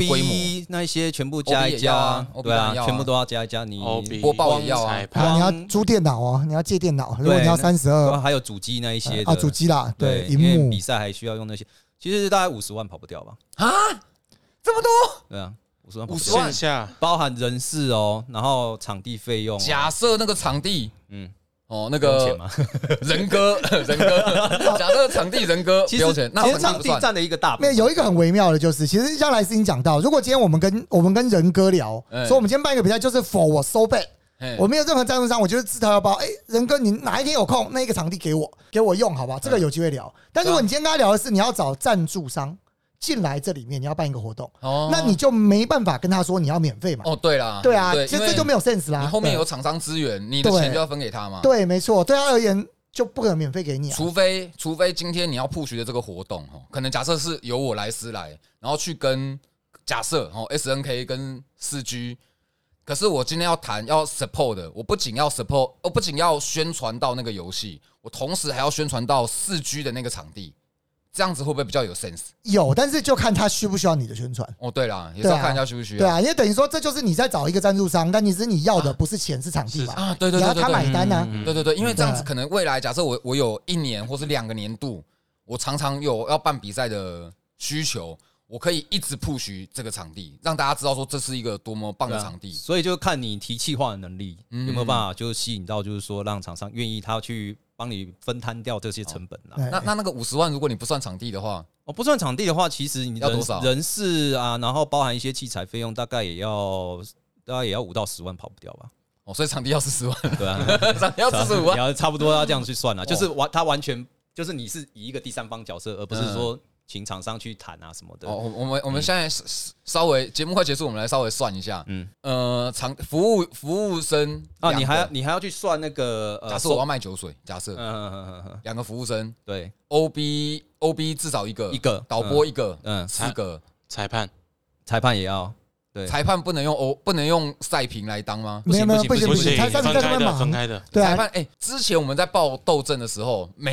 OB 那些全部加一加，对啊，全部都要加一加。你播报也要啊， 你要租电脑哦，你要借电脑。如果你要32， 还有主机那一些主机啦，对， 因为比赛还需要用那些，其实大概50万跑不掉吧？ 啊，这么多？ 对啊，50万跑不掉，线下包含人事哦，然后场地费用。 假设那个场地，那个人哥，假设场地人哥不用钱，那场地占了一个大。 没有一个很微妙的，就是其实像莱斯汀讲到，如果今天我们跟人哥聊，说我们今天办一个比赛，就是 for 我收费，我没有任何赞助商，我就是自掏腰包。人哥，你哪一天有空，那一个场地给我用，好吧？这个有机会聊。但如果你今天跟他聊的是你要找赞助商进来这里面，你要办一个活动，那你就没办法跟他说你要免费嘛。 对啦， 对啊，其实这就没有 sense 啦。 你后面有厂商资源，你的钱就要分给他嘛。 对，没错，对他而言就不可能免费给你啊。 除非今天你要 push 的这个活动，可能假设是由我来斯来，然后去跟假设SNK 跟4G，可是我今天要谈要 support 的，我不仅要 support， 我不仅要宣传到那个游戏，我同时还要宣传到4G 的那个场地。这样子会不会比较有 sense？ 有，但是就看他需不需要你的宣传。 对啦，也是要看一下需不需要。 对啊，因为等于说这就是你在找一个赞助商，但其实你要的不是钱，是场地嘛。 对， 你要他买单啊。 对，因为这样子可能未来假设我有1年或是2个年度，我常常有要办比赛的需求，我可以一直 push 这个场地，让大家知道说这是一个多么棒的场地。 所以就看你提企划的能力有没有办法，就是吸引到，就是说让厂商愿意他去帮你分摊掉这些成本啦。 那个50万，如果你不算场地的话， 不算场地的话，其实你要多少人事啊，然后包含一些器材费用，大概也要5到10万跑不掉吧。 所以场地要40万， 对啊， 场地要45万， 要差不多要这样去算啦。就是他完全就是你是以一个第三方角色，而不是说请厂商去谈啊什么的。 我们现在稍微节目快结束，我们来稍微算一下。服务生啊，你还要去算那个假设我要卖酒水，假设2个服务生， 对 ，OB 至少一个，导播一个，4个， 裁判也要。对， 裁判不能用赛评来当吗？ 不行，分开的。 裁判之前我们在报斗阵的时候，每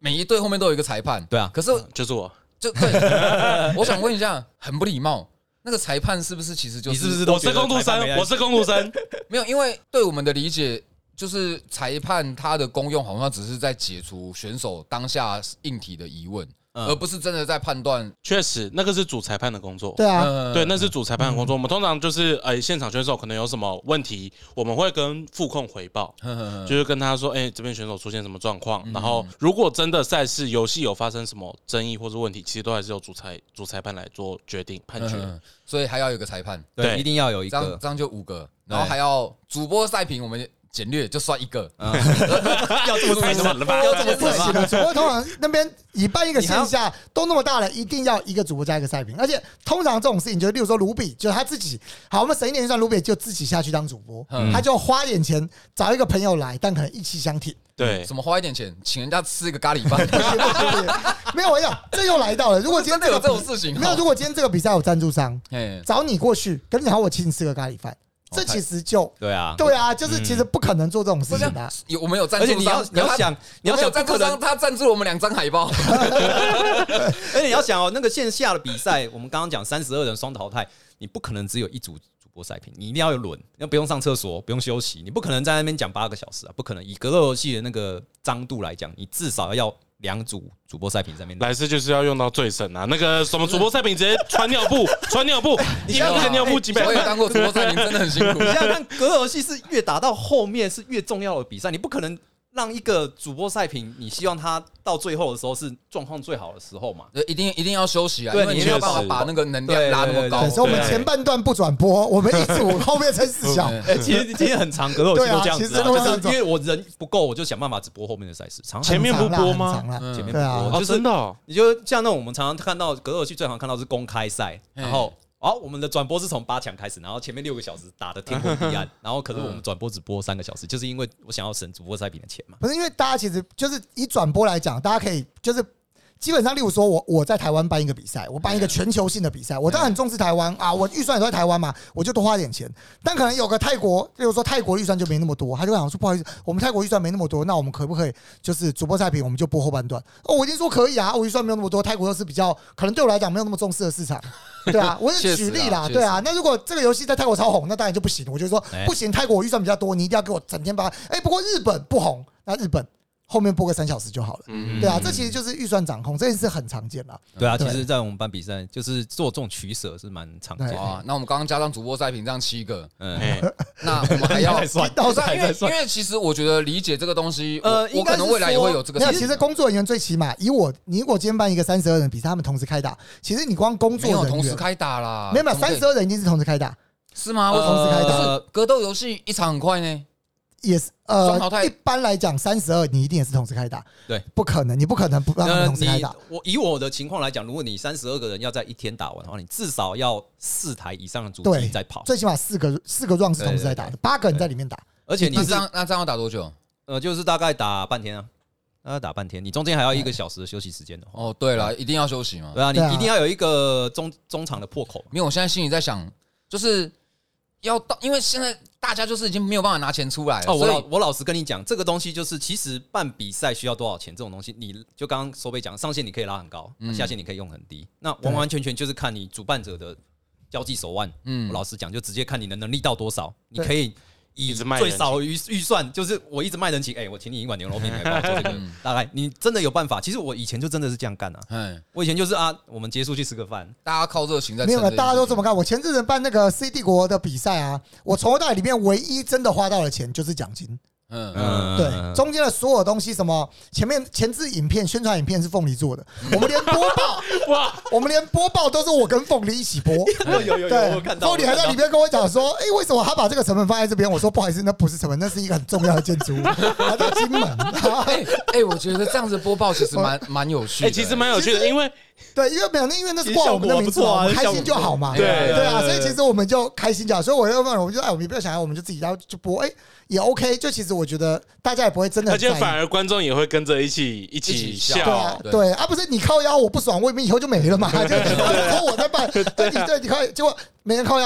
每一队后面都有一个裁判， 对啊， 可是就是我， 对，我想问一下，很不礼貌。那个裁判是不是其实就是？ 你是不是我是工读生？我是工读生。 没有，因为对我们的理解，就是裁判他的功用好像只是在解除选手当下硬体的疑问。而不是真的在判断。 确实，那个是主裁判的工作。 对啊， 对，那是主裁判的工作。我们通常就是现场选手可能有什么问题，我们会跟副控回报，就是跟他说，这边选手出现什么状况。然后，如果真的赛事游戏有发生什么争议或是问题，其实都还是由主裁判来做决定判决。 所以还要有一个裁判， 对，一定要有一个， 这样就5个，然后还要主播赛评，我们简略就算1个， 要这么狠了吧？ 要这么不行了。主播通常那边以办一个线下都那么大了，一定要一个主播加一个赛评，而且通常这种事情，就例如说卢比，就是他自己，好，我们省一点预算，卢比就自己下去当主播，他就花点钱找一个朋友来，但可能意气相挺。 对， 什么花一点钱请人家吃一个咖喱饭？ 没有，我讲这又来到了。如果今天真的有这种事情， 没有，如果今天这个比赛有赞助商找你过去，跟你讲我请你吃个咖喱饭。这其实就对啊， 就是其实不可能做这种事情的。 我们有赞助商，而且你要想赞助商他赞助我们2张海报， 而且你要想哦，那个线下的比赛，我们刚刚讲32人双淘汰，你不可能只有一组主播赛评，你一定要有轮，要不用上厕所，不用休息，你不可能在那边讲8个小时啊，不可能。以格斗游戏的那个张度来讲，你至少要2组主播赛评在那边。 来世就是要用到最省啊，那个什么主播赛评直接穿尿布，你一个尿布几百块。 我也当过主播赛评，真的很辛苦。 你想想看，格斗游戏是越打到后面是越重要的比赛，你不可能让一个主播赛评，你希望他到最后的时候是状况最好的时候嘛？ 一定要休息啊，因为你没有办法把那个能量拉那么高。 所以我们前半段不转播，我们一组后面才4小。 其实很长，格斗游戏都这样子，就是因为我人不够，我就想办法只播后面的赛事。 前面不播吗？ 前面不播， 真的。 你就像那种我们常常看到格斗游戏最常看到是公开赛，然后。我们的转播是从8强开始，然后前面6个小时打的天昏地暗，然后可是我们转播只播3个小时，就是因为我想要省主播赛评的钱嘛。 不是因为大家其实就是以转播来讲，大家可以就是基本上，例如说我在台湾办一个比赛，我办一个全球性的比赛，我当然很重视台湾啊，我预算也都在台湾嘛，我就多花点钱。但可能有个泰国，例如说泰国预算就没那么多，他就想说不好意思，我们泰国预算没那么多，那我们可不可以就是主播赛评我们就播后半段？我已经说可以啊，我预算没有那么多，泰国又是比较可能对我来讲没有那么重视的市场。对啊，我是举例啦，对啊。那如果这个游戏在泰国超红，那当然就不行。我就说不行，泰国我预算比较多，你一定要给我整天把。不过日本不红，那日本后面播个3小时就好了。对啊，这其实就是预算掌控，这件事很常见啦。 对啊，其实，在我们办比赛，就是做这种取舍是蛮常见的。 那我们刚刚加上主播赛评这样7个，那我们还要因为其实我觉得理解这个东西，我可能未来也会有这个。 没有，其实工作人员最起码，你如果今天办一个32人比赛，他们同时开打，其实你光工作人员没有同时开打啦， 没有32人一定是同时开打， 是吗？ 同时开打， 格斗游戏一场很快呢。 也是一般来讲32你一定也是同时开打， 对， 不可能，你不可能不让他们同时开打。 以我的情况来讲，如果你32个人要在一天打完的话，你至少要4台以上的主机在跑， 最起码4个 run 是同时在打的，8个人在里面打。 而且你这样要打多久？ 就是大概打半天啊。要打半天，你中间还要1个小时的休息时间的话。 对了，一定要休息嘛。 对啊，你一定要有一个中场的破口。 因为我现在心里在想，就是要到，因为现在大家就是已经没有办法拿钱出来了。 我老实跟你讲，这个东西就是其实办比赛需要多少钱这种东西，你就刚刚收贝讲，上限你可以拉很高，下限你可以用很低，那完完全全就是看你主办者的交际手腕。我老实讲，就直接看你的能力到多少，你可以。以最少预算，就是我一直卖人情，我请你一碗牛肉面来帮我做这个，大概你真的有办法。其实我以前就真的是这样干啊，我以前就是我们结束去吃个饭， 大家靠热情在。 没有，大家都这么干。我前阵子办那个 C 帝国的比赛啊，我从头到尾里面唯一真的花到的钱就是奖金。对，中间的所有东西，什么前置影片、宣传影片是凤梨做的，我们连播报，我们连播报都是我跟凤梨一起播。 有，我看到。 凤梨还在里面跟我讲说，为什么他把这个成本放在这边？我说不好意思，那不是成本，那是一个很重要的建筑物，它在金门。 我觉得这样子播报其实蛮有趣的。 其实蛮有趣的，因为没有，因为那是挂我们的名字，我们开心就好嘛。对啊，所以其实我们就开心就好。所以我就我们不要想要，我们就自己就播，也 OK。就其实我觉觉得大家也不会真的很在意， 而且反而观众也会跟着一起笑。 对啊，不是你靠腰我不爽，我以后就没了嘛。就我在办，对，你靠，结果没人靠腰。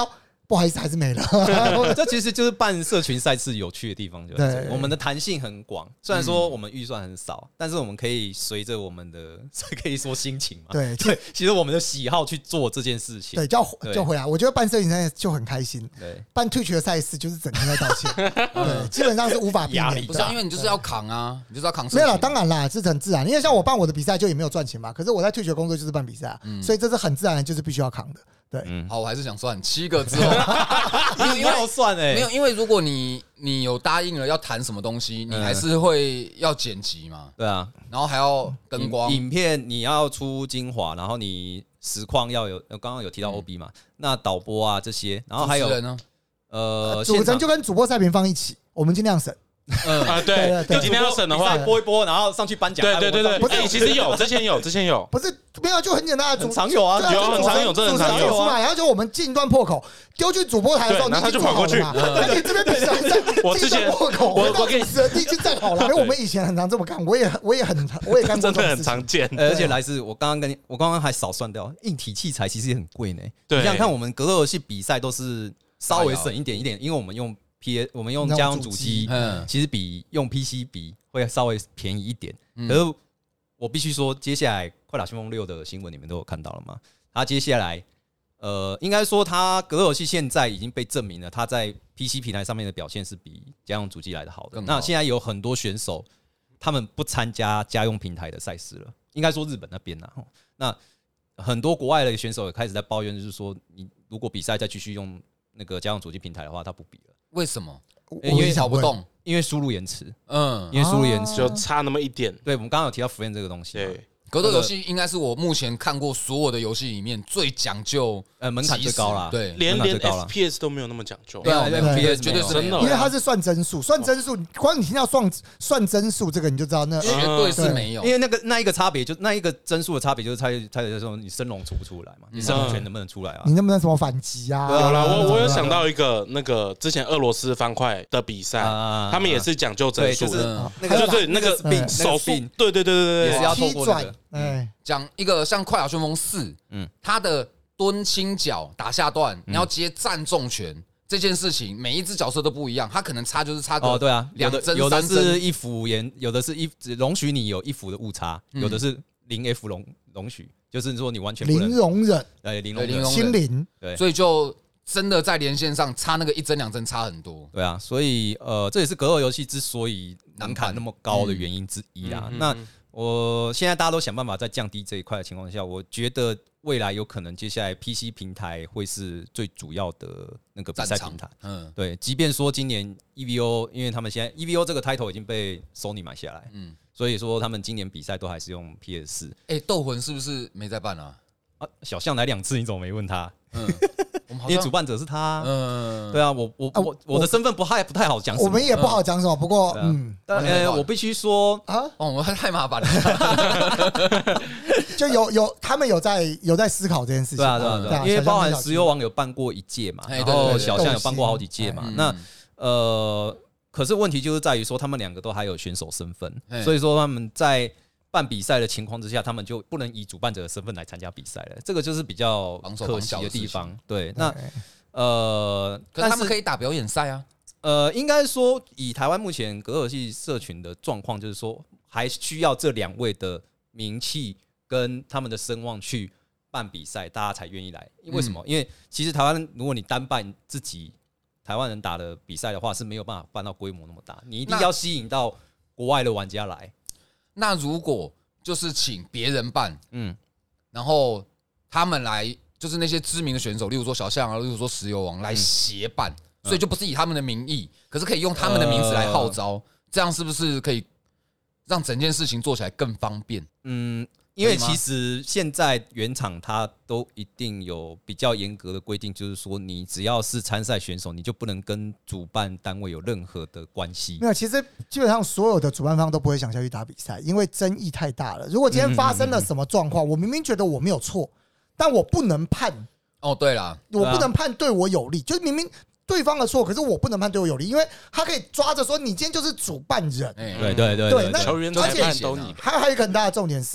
不好意思，还是没了。 这其实就是办社群赛事有趣的地方，就是我们的弹性很广。虽然说我们预算很少，但是我们可以随着我们的可以说心情嘛。 对， 其实我们的喜好去做这件事情。 对，就回来。我觉得办社群赛事就很开心。对，办 Twitch 的赛事就是整天在道歉。对，基本上是无法避免。 不是因为你就是要扛啊，你就是要扛。 没有啦，当然啦，这是很自然。因为像我办我的比赛就也没有赚钱嘛，可是我在 Twitch 的工作就是办比赛，所以这是很自然的，就是必须要扛的。对， 好，我还是想算7个之后， 因为算没有，因为如果你有答应了要谈什么东西，你还是会要剪辑嘛， 对啊， 然后还要灯光， 影片你要出精华，然后你实况要有，刚刚有提到 OB 嘛，那导播啊这些，然后还有主持人呢， 主持人就跟主播赛评放一起，我们尽量省。 对，今天要审的话， 播一播，然后上去颁奖。 对，不是，其实有，之前有， 不是没有，就很简单， 很常有啊， 有很常有，真的很常有啊。然后就我们进段破口，丢去主播台的时候， 他就跑过去。 那你这边比赛我之前破口，我给你已经站好了。因为我们以前很常这么干，我也干过， 真的很常见。 而且来自我刚刚还少算掉，硬体器材其实也很贵呢。你想想看，我们格斗游戏比赛都是稍微省一点，因为我们用家用主机，其实比用 PC 比会稍微便宜一点。可是我必须说，接下来《快打旋风6》的新闻你们都有看到了吗？他接下来，应该说他格斗游戏现在已经被证明了，他在 PC 平台上面的表现是比家用主机来的好的。那现在有很多选手，他们不参加家用平台的赛事了。应该说日本那边啊，那很多国外的选手也开始在抱怨，就是说，你如果比赛再继续用那个家用主机平台的话，他不比了。 为什么？ 因为跑不动， 因为输入延迟，因为输入延迟就差那么一点。 对，我们刚刚有提到 Frame 这个东西， 对， 格斗游戏应该是我目前看过所有的游戏里面最讲究， 门槛最高啦， 对， 连 FPS 都没有那么讲究， 对 ，FPS 绝对是真的， 因为它是算帧数，光你听到算帧数这个你就知道那绝对是没有， 因为那一个差别就那一个帧数的差别就是猜的时候你升龙出不出来嘛，你升龙拳能不能出来啊？ 你能不能什么反击啊？ 有啦，我有想到一个那个之前俄罗斯方块的比赛，他们也是讲究帧数的，就是那个手速，对， 也是要透过那个。 讲一个像《快打旋风4》，它的蹲轻脚打下段，你要接站重拳这件事情，每一只角色都不一样，它可能差就是差个对啊 ，2帧有的是1幅有的是只容许你有1幅的误差，有的是0F 容许，就是说你完全不能零容忍， 零容忍， 清零， 对， 所以就真的在连线上差那个1帧2帧差很多， 对啊，所以这也是格斗游戏之所以门槛那么高的原因之一啦。那我现在大家都想办法在降低这一块的情况下，我觉得未来有可能接下来 PC 平台会是最主要的那个比赛平台。对，即便说今年 EVO， 因为他们现在 EVO 这个 title 已经被 Sony 买下来，所以说他们今年比赛都还是用 PS4。 斗魂是不是没在办啊？ 小象来2次，你怎么没问他？因为主办者是他，对啊，我的身份不太好讲什么， 我们也不好讲什么。不过， 我必须说我们太麻烦了。 就有他们有在思考这件事情， 对啊，因为包含石油王有办过1届嘛，然后小象有办过好几届嘛。那可是问题就是在于说，他们2个都还有选手身份，所以说他们在办比赛的情况之下，他们就不能以主办者的身份来参加比赛了，这个就是比较可惜的地方。对，那可是他们可以打表演赛啊。 应该说以台湾目前格斗游戏社群的状况，就是说还需要这2位的名气跟他们的声望去办比赛，大家才愿意来。为什么？因为其实台湾如果你单办自己台湾人打的比赛的话，是没有办法办到规模那么大，你一定要吸引到国外的玩家来。 那如果就是请别人办，然后他们来，就是那些知名的选手，例如说小象啊，例如说石油王来协办，所以就不是以他们的名义，可是可以用他们的名字来号召，这样是不是可以让整件事情做起来更方便？ 因为其实现在原厂它都一定有比较严格的规定，就是说你只要是参赛选手，你就不能跟主办单位有任何的关系。 没有，其实基本上所有的主办方都不会想下去打比赛，因为争议太大了。如果今天发生了什么状况，我明明觉得我没有错，但我不能判。 对啦， 我不能判对我有利，就是明明对方的错，可是我不能判对我有利，因为他可以抓着说你今天就是主办人。 对， 那球员而且都你。 还有一个很大的重点是，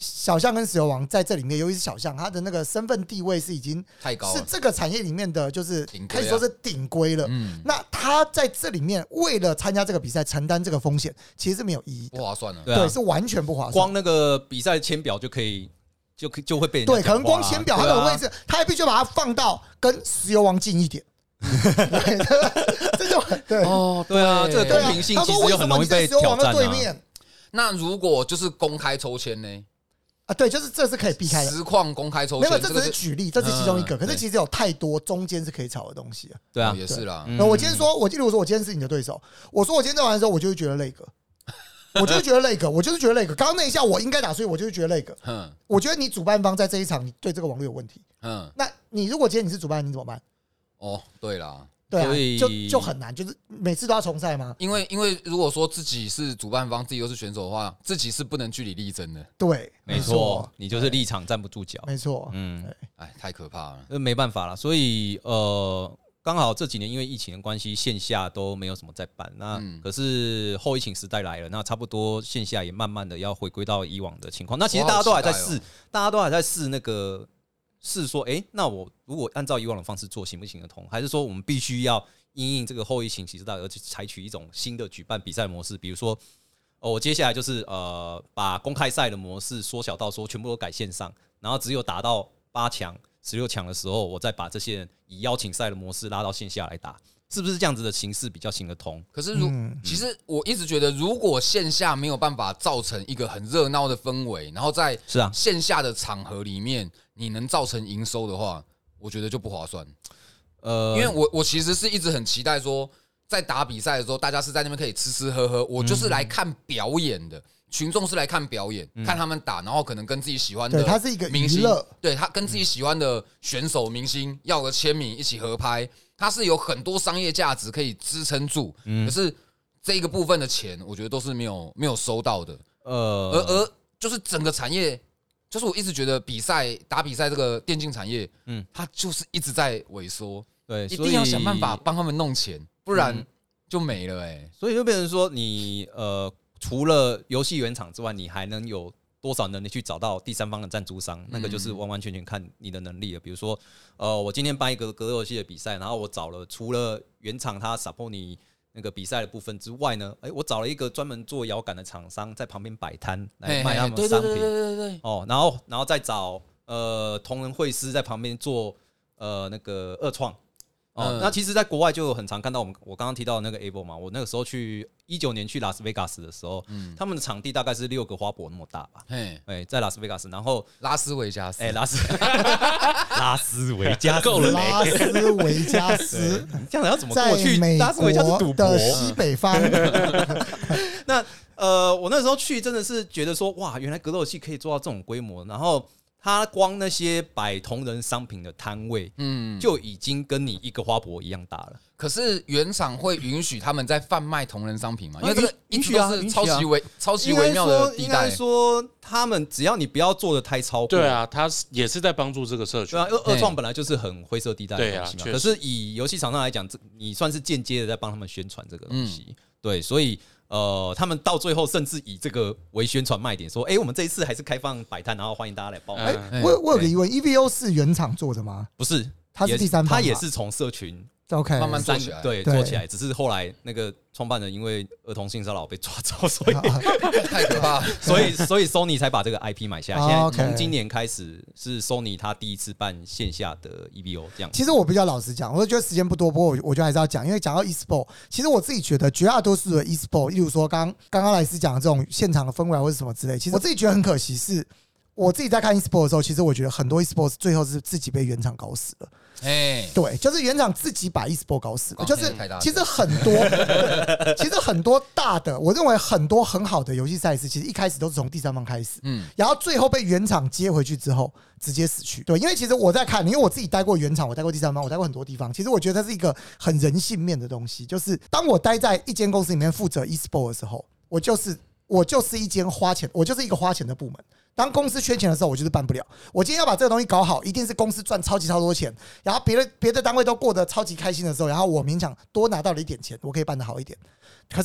小象跟石油王在这里面，尤其是小象，他的那个身份地位是已经太高了， 是这个产业里面的就是可以说是顶规了。那他在这里面为了参加这个比赛承担这个风险，其实是没有意义的， 不划算了。 对，是完全不划算。 光那个比赛签表就可以。就会被人对，可能光签表他的位置，他还必须把它放到跟石油王近一点。这就对哦，对啊，这个公平性其实就很容易被挑战啊。 那如果就是公开抽签呢？ 啊，对，就是这是可以避开的。 实况公开抽签， 没有，这只是举例，这是其中一个。可是其实有太多中间是可以吵的东西啊。 对啊， 也是啦。 我今天说，例如说我今天是你的对手，我说我今天在玩的时候，我就会觉得累个。我就是觉得累个，我就是觉得累个。刚刚那一下我应该打，所以我就是觉得累个。我觉得你主办方在这一场，你对这个网络有问题。那你如果今天你是主办，你怎么办？ 哦，对啦， 对啊，就很难，就是每次都要重赛吗？ 因为如果说自己是主办方，自己又是选手的话，自己是不能据理力争的。 对， 没错，你就是立场站不住脚。 没错， 哎，太可怕了， 没办法了。所以刚好这几年因为疫情的关系，线下都没有什么在办。那可是后疫情时代来了，那差不多线下也慢慢的要回归到以往的情况。那其实大家都还在试，那个试说，那我如果按照以往的方式做，行不行得通？还是说我们必须要因应这个后疫情时代而去采取一种新的举办比赛模式？比如说，我接下来就是把公开赛的模式缩小到说全部都改线上，然后只有打到8强。16强的时候，我再把这些人以邀请赛的模式拉到线下来打，是不是这样子的形式比较行得通？ 可是其实我一直觉得，如果线下没有办法造成一个很热闹的氛围，然后在线下的场合里面你能造成营收的话，我觉得就不划算。因为我其实是一直很期待说，在打比赛的时候，大家是在那边可以吃吃喝喝，我就是来看表演的。群众是来看表演，看他们打，然后可能跟自己喜欢的对，它是一个明星，对他跟自己喜欢的选手、明星要个签名，一起合拍，它是有很多商业价值可以支撑住。可是这一个部分的钱，我觉得都是没有收到的。而就是整个产业，就是我一直觉得打比赛这个电竞产业，它就是一直在萎缩。 对， 一定要想办法帮他们弄钱，不然就没了。 所以就变成说你除了游戏原厂之外，你还能有多少能力去找到第三方的赞助商？那个就是完完全全看你的能力了。比如说，我今天办一个格斗游戏的比赛，然后我找了除了原厂他 support 你那个比赛的部分之外呢，我找了一个专门做摇杆的厂商在旁边摆摊来卖他们的商品。 对。 然后再找同人绘师在旁边做那个二创。那其实，在国外就很常看到我刚刚提到的那个 Able 嘛，我那个时候去19年去拉斯维加斯的时候，他们的场地大概是6个花博那么大吧，在拉斯维加斯，然后拉斯维加斯， 拉斯维加斯够了，拉斯维加斯， 这样要怎么过去？拉斯维加斯赌博的西北方。 那我那时候去真的是觉得说，哇，原来格斗游戏可以做到这种规模，然后。他光那些摆同人商品的摊位，就已经跟你一个花博一样大了。 可是原厂会允许他们在贩卖同人商品吗？因为这个一直都是超级微妙的地带。 应该说，他们只要你不要做的太超过。 对啊，他也是在帮助这个社群。 对啊，因为二创本来就是很灰色地带的东西嘛。可是以游戏厂商来讲，你算是间接的在帮他们宣传这个东西。对，所以。他们到最后甚至以这个为宣传卖点，说：“我们这一次还是开放摆摊，然后欢迎大家来报名。” 我有个疑问 ，EVO 是原厂做的吗？ 不是， 它是第三方， 它也是从社群 OK 慢慢做起来， 对，做起来。只是后来那个创办人因为儿童性骚扰被抓走，所以太可怕。 所以 Sony 才把这个 IP 买下。现在从今年开始是 Sony 他第一次办线下的 EVO 这样。 其实我比较老实讲，我觉得时间不多，不过我觉得还是要讲，因为讲到 eSport， 其实我自己觉得绝大多数的 eSport， 例如说刚刚莱斯讲的这种现场的氛围或者什么之类，其实我自己觉得很可惜是。我自己在看 eSport 的时候，其实我觉得很多 eSport 最后是自己被原厂搞死了。对，就是原厂自己把 eSport 搞死了。就是其实很多大的，我认为很多很好的游戏赛事，其实一开始都是从第三方开始，然后最后被原厂接回去之后，直接死去。对，因为其实我在看，因为我自己待过原厂，我待过第三方，我待过很多地方。其实我觉得它是一个很人性面的东西，就是当我待在一间公司里面负责 eSport 的时候，我就是一间花钱，我就是一个花钱的部门。当公司缺钱的时候，我就是办不了。我今天要把这个东西搞好，一定是公司赚超多钱，然后别的单位都过得超级开心的时候，然后我勉强多拿到了一点钱，我可以办得好一点。可是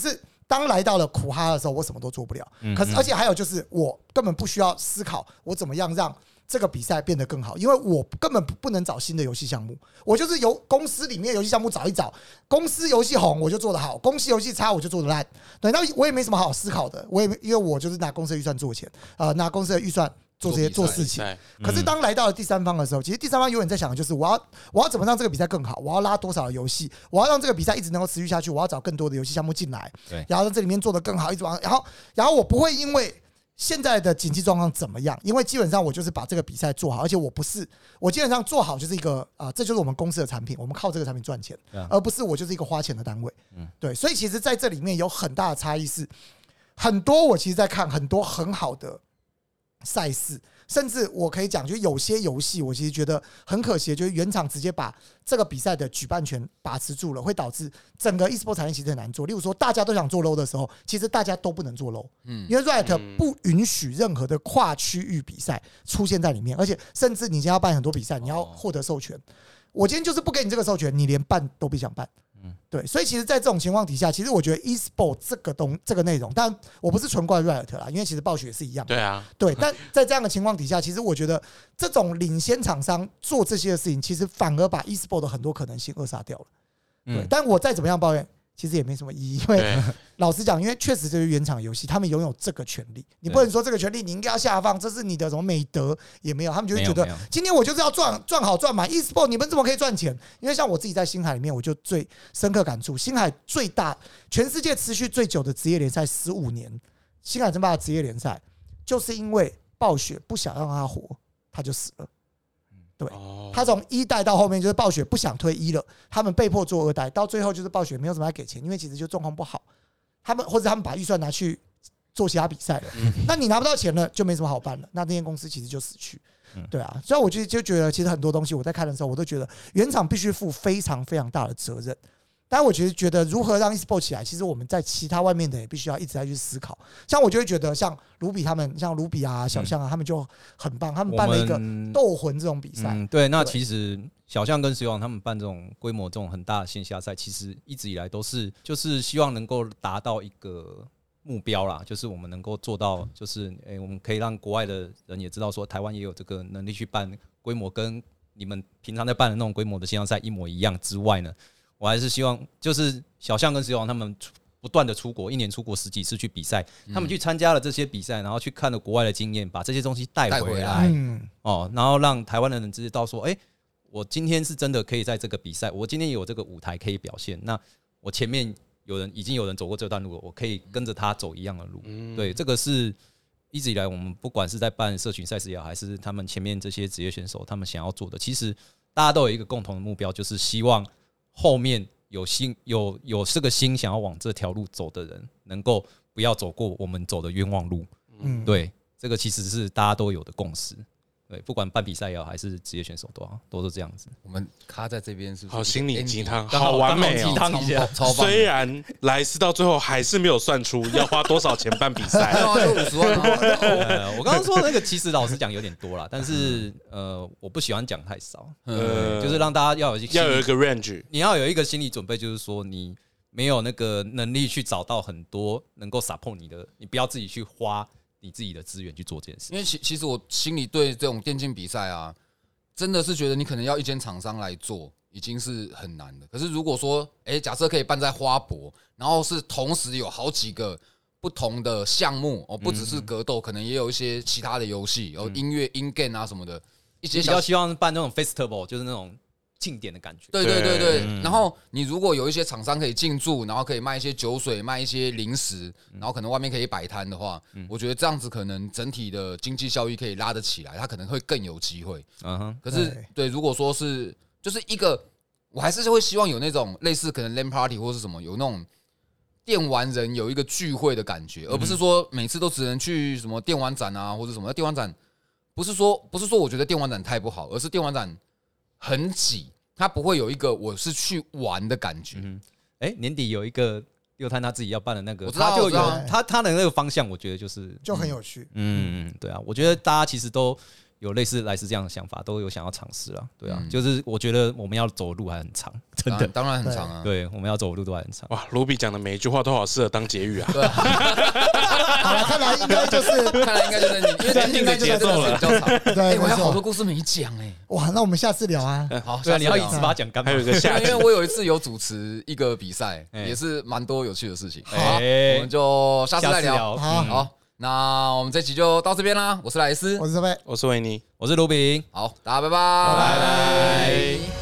当来到了苦哈的时候，我什么都做不了。可是而且还有就是，我根本不需要思考我怎么样让这个比赛变得更好，因为我根本不能找新的游戏项目，我就是由公司里面游戏项目找一找，公司游戏红我就做得好，公司游戏差我就做得烂。对，那我也没什么好思考的，因为我就是拿公司的预算做钱，拿公司的预算做事情。可是当来到了第三方的时候，其实第三方永远在想的就是我要怎么让这个比赛更好，我要拉多少的游戏，我要让这个比赛一直能够持续下去，我要找更多的游戏项目进来，然后在这里面做得更好，一直往，然后我不会因为现在的经济状况怎么样？因为基本上我就是把这个比赛做好，而且我基本上做好就是一个这就是我们公司的产品，我们靠这个产品赚钱，而不是我就是一个花钱的单位。对，所以其实在这里面有很大的差异是，很多我其实在看很多很好的赛事。甚至我可以讲，就有些游戏，我其实觉得很可惜，就是原厂直接把这个比赛的举办权把持住了，会导致整个 eSport 产业其实很难做。例如说，大家都想做 LOL 的时候，其实大家都不能做 LOL，因为 Riot 不允许任何的跨区域比赛出现在里面，而且甚至你今天要办很多比赛，你要获得授权，我今天就是不给你这个授权，你连办都不想办。对，所以其实，在这种情况底下，其实我觉得 eSport 这个内容，但我不是纯怪 Riot 啦，因为其实暴雪也是一样。 对啊， 对，但在这样的情况底下，其实我觉得这种领先厂商做这些事情，其实反而把 eSport 的很多可能性扼杀掉了。对，但我再怎么样抱怨，其实也没什么意义，因为老实讲，因为确实这是原厂游戏，他们拥有这个权利，你不能说这个权利你应该要下放，这是你的什么美德也没有，他们就会觉得今天我就是要赚好赚满 eSport， 你们怎么可以赚钱？因为像我自己在星海里面，我就最深刻感触，星海最大全世界持续最久的职业联赛15年，星海争霸的职业联赛，就是因为暴雪不想让他活，他就死了。对，他从1代到后面就是暴雪不想推1了，他们被迫做2代，到最后就是暴雪没有什么要给钱，因为其实就状况不好，或者他们把预算拿去做其他比赛了，那你拿不到钱了，就没什么好办了，那间公司其实就死去。对啊，所以我就觉得，其实很多东西我在看的时候，我都觉得原厂必须负非常非常大的责任。但我觉得如何让 eSport 起来，其实我们在其他外面的也必须要一直在去思考。像我就会觉得，像卢比他们，像卢比啊、小象啊，他们就很棒，他们办了一个斗魂这种比赛。 对，那其实小象跟石王他们办这种规模、这种很大的线下赛，其实一直以来都是就是希望能够达到一个目标啦，就是我们能够做到，就是我们可以让国外的人也知道说，台湾也有这个能力去办规模跟你们平常在办的那种规模的线上赛一模一样之外呢。我还是希望，就是小象跟石王他们不断的出国，1年出国10几次去比赛，他们去参加了这些比赛，然后去看了国外的经验，把这些东西带回来，然后让台湾的人知道说，我今天是真的可以在这个比赛，我今天有这个舞台可以表现，那我前面已经有人走过这段路了，我可以跟着他走一样的路。对，这个是一直以来我们不管是在办社群赛事也好，还是他们前面这些职业选手他们想要做的，其实大家都有一个共同的目标，就是希望后面有这个心想要往这条路走的人，能够不要走过我们走的冤枉路。对，这个其实是大家都有的共识。对，不管办比赛也好，还是职业选手都是这样子。 我们卡在这边是不是好心灵鸡汤，好完美哦！虽然莱斯到最后还是没有算出要花多少钱办比赛， 50万。 我刚刚说那个其实老实讲有点多啦，但是我不喜欢讲太少，就是让大家要有一个 range， 你要有一个心理准备，就是说你没有那个能力去找到很多能够 support 你的，你不要自己去花你自己的资源去做这件事。 因为其实我心里对这种电竞比赛啊，真的是觉得你可能要一间厂商来做，已经是很难的。可是如果说，假设可以办在花博，然后是同时有好几个不同的项目哦，不只是格斗，可能也有一些其他的游戏，有音乐、in game 啊什么的，一些比较希望办那种 festival， 就是那种庆典的感觉。 对。然后你如果有一些厂商可以进驻，然后可以卖一些酒水、卖一些零食，然后可能外面可以摆摊的话，我觉得这样子可能整体的经济效益可以拉得起来，它可能会更有机会。可是对，如果说是就是一个，我还是会希望有那种类似可能 LAN party 或是什么，有那种电玩人有一个聚会的感觉，而不是说每次都只能去什么电玩展啊或者什么。电玩展不是说我觉得电玩展太不好，而是电玩展很挤，它不会有一个我是去玩的感觉。 年底有一个六探他自己要办的那个， 我知道， 他就有他的那个方向，我觉得就很有趣。 对啊，我觉得大家其实都有类似莱斯这样的想法，都有想要尝试了。对啊，就是我觉得我们要走的路还很长，真的， 当然很长啊。 对，我们要走的路都还很长。 哇，卢比讲的每一句话都好适合当结语啊。 对啊。好了，看来应该就是你， 因为听的节奏了比较长。 对， 我还有好多故事没讲哎。 哇，那我们下次聊啊。 好， 对啊，你要一直把它讲干嘛？ 还有一个下， 因为我有一次有主持一个比赛，也是蛮多有趣的事情。好，我们就下次再聊。好，那我们这期就到这边啦。我是莱斯， 我是这位， 我是维尼， 我是卢比。 好，大家拜拜， 拜拜。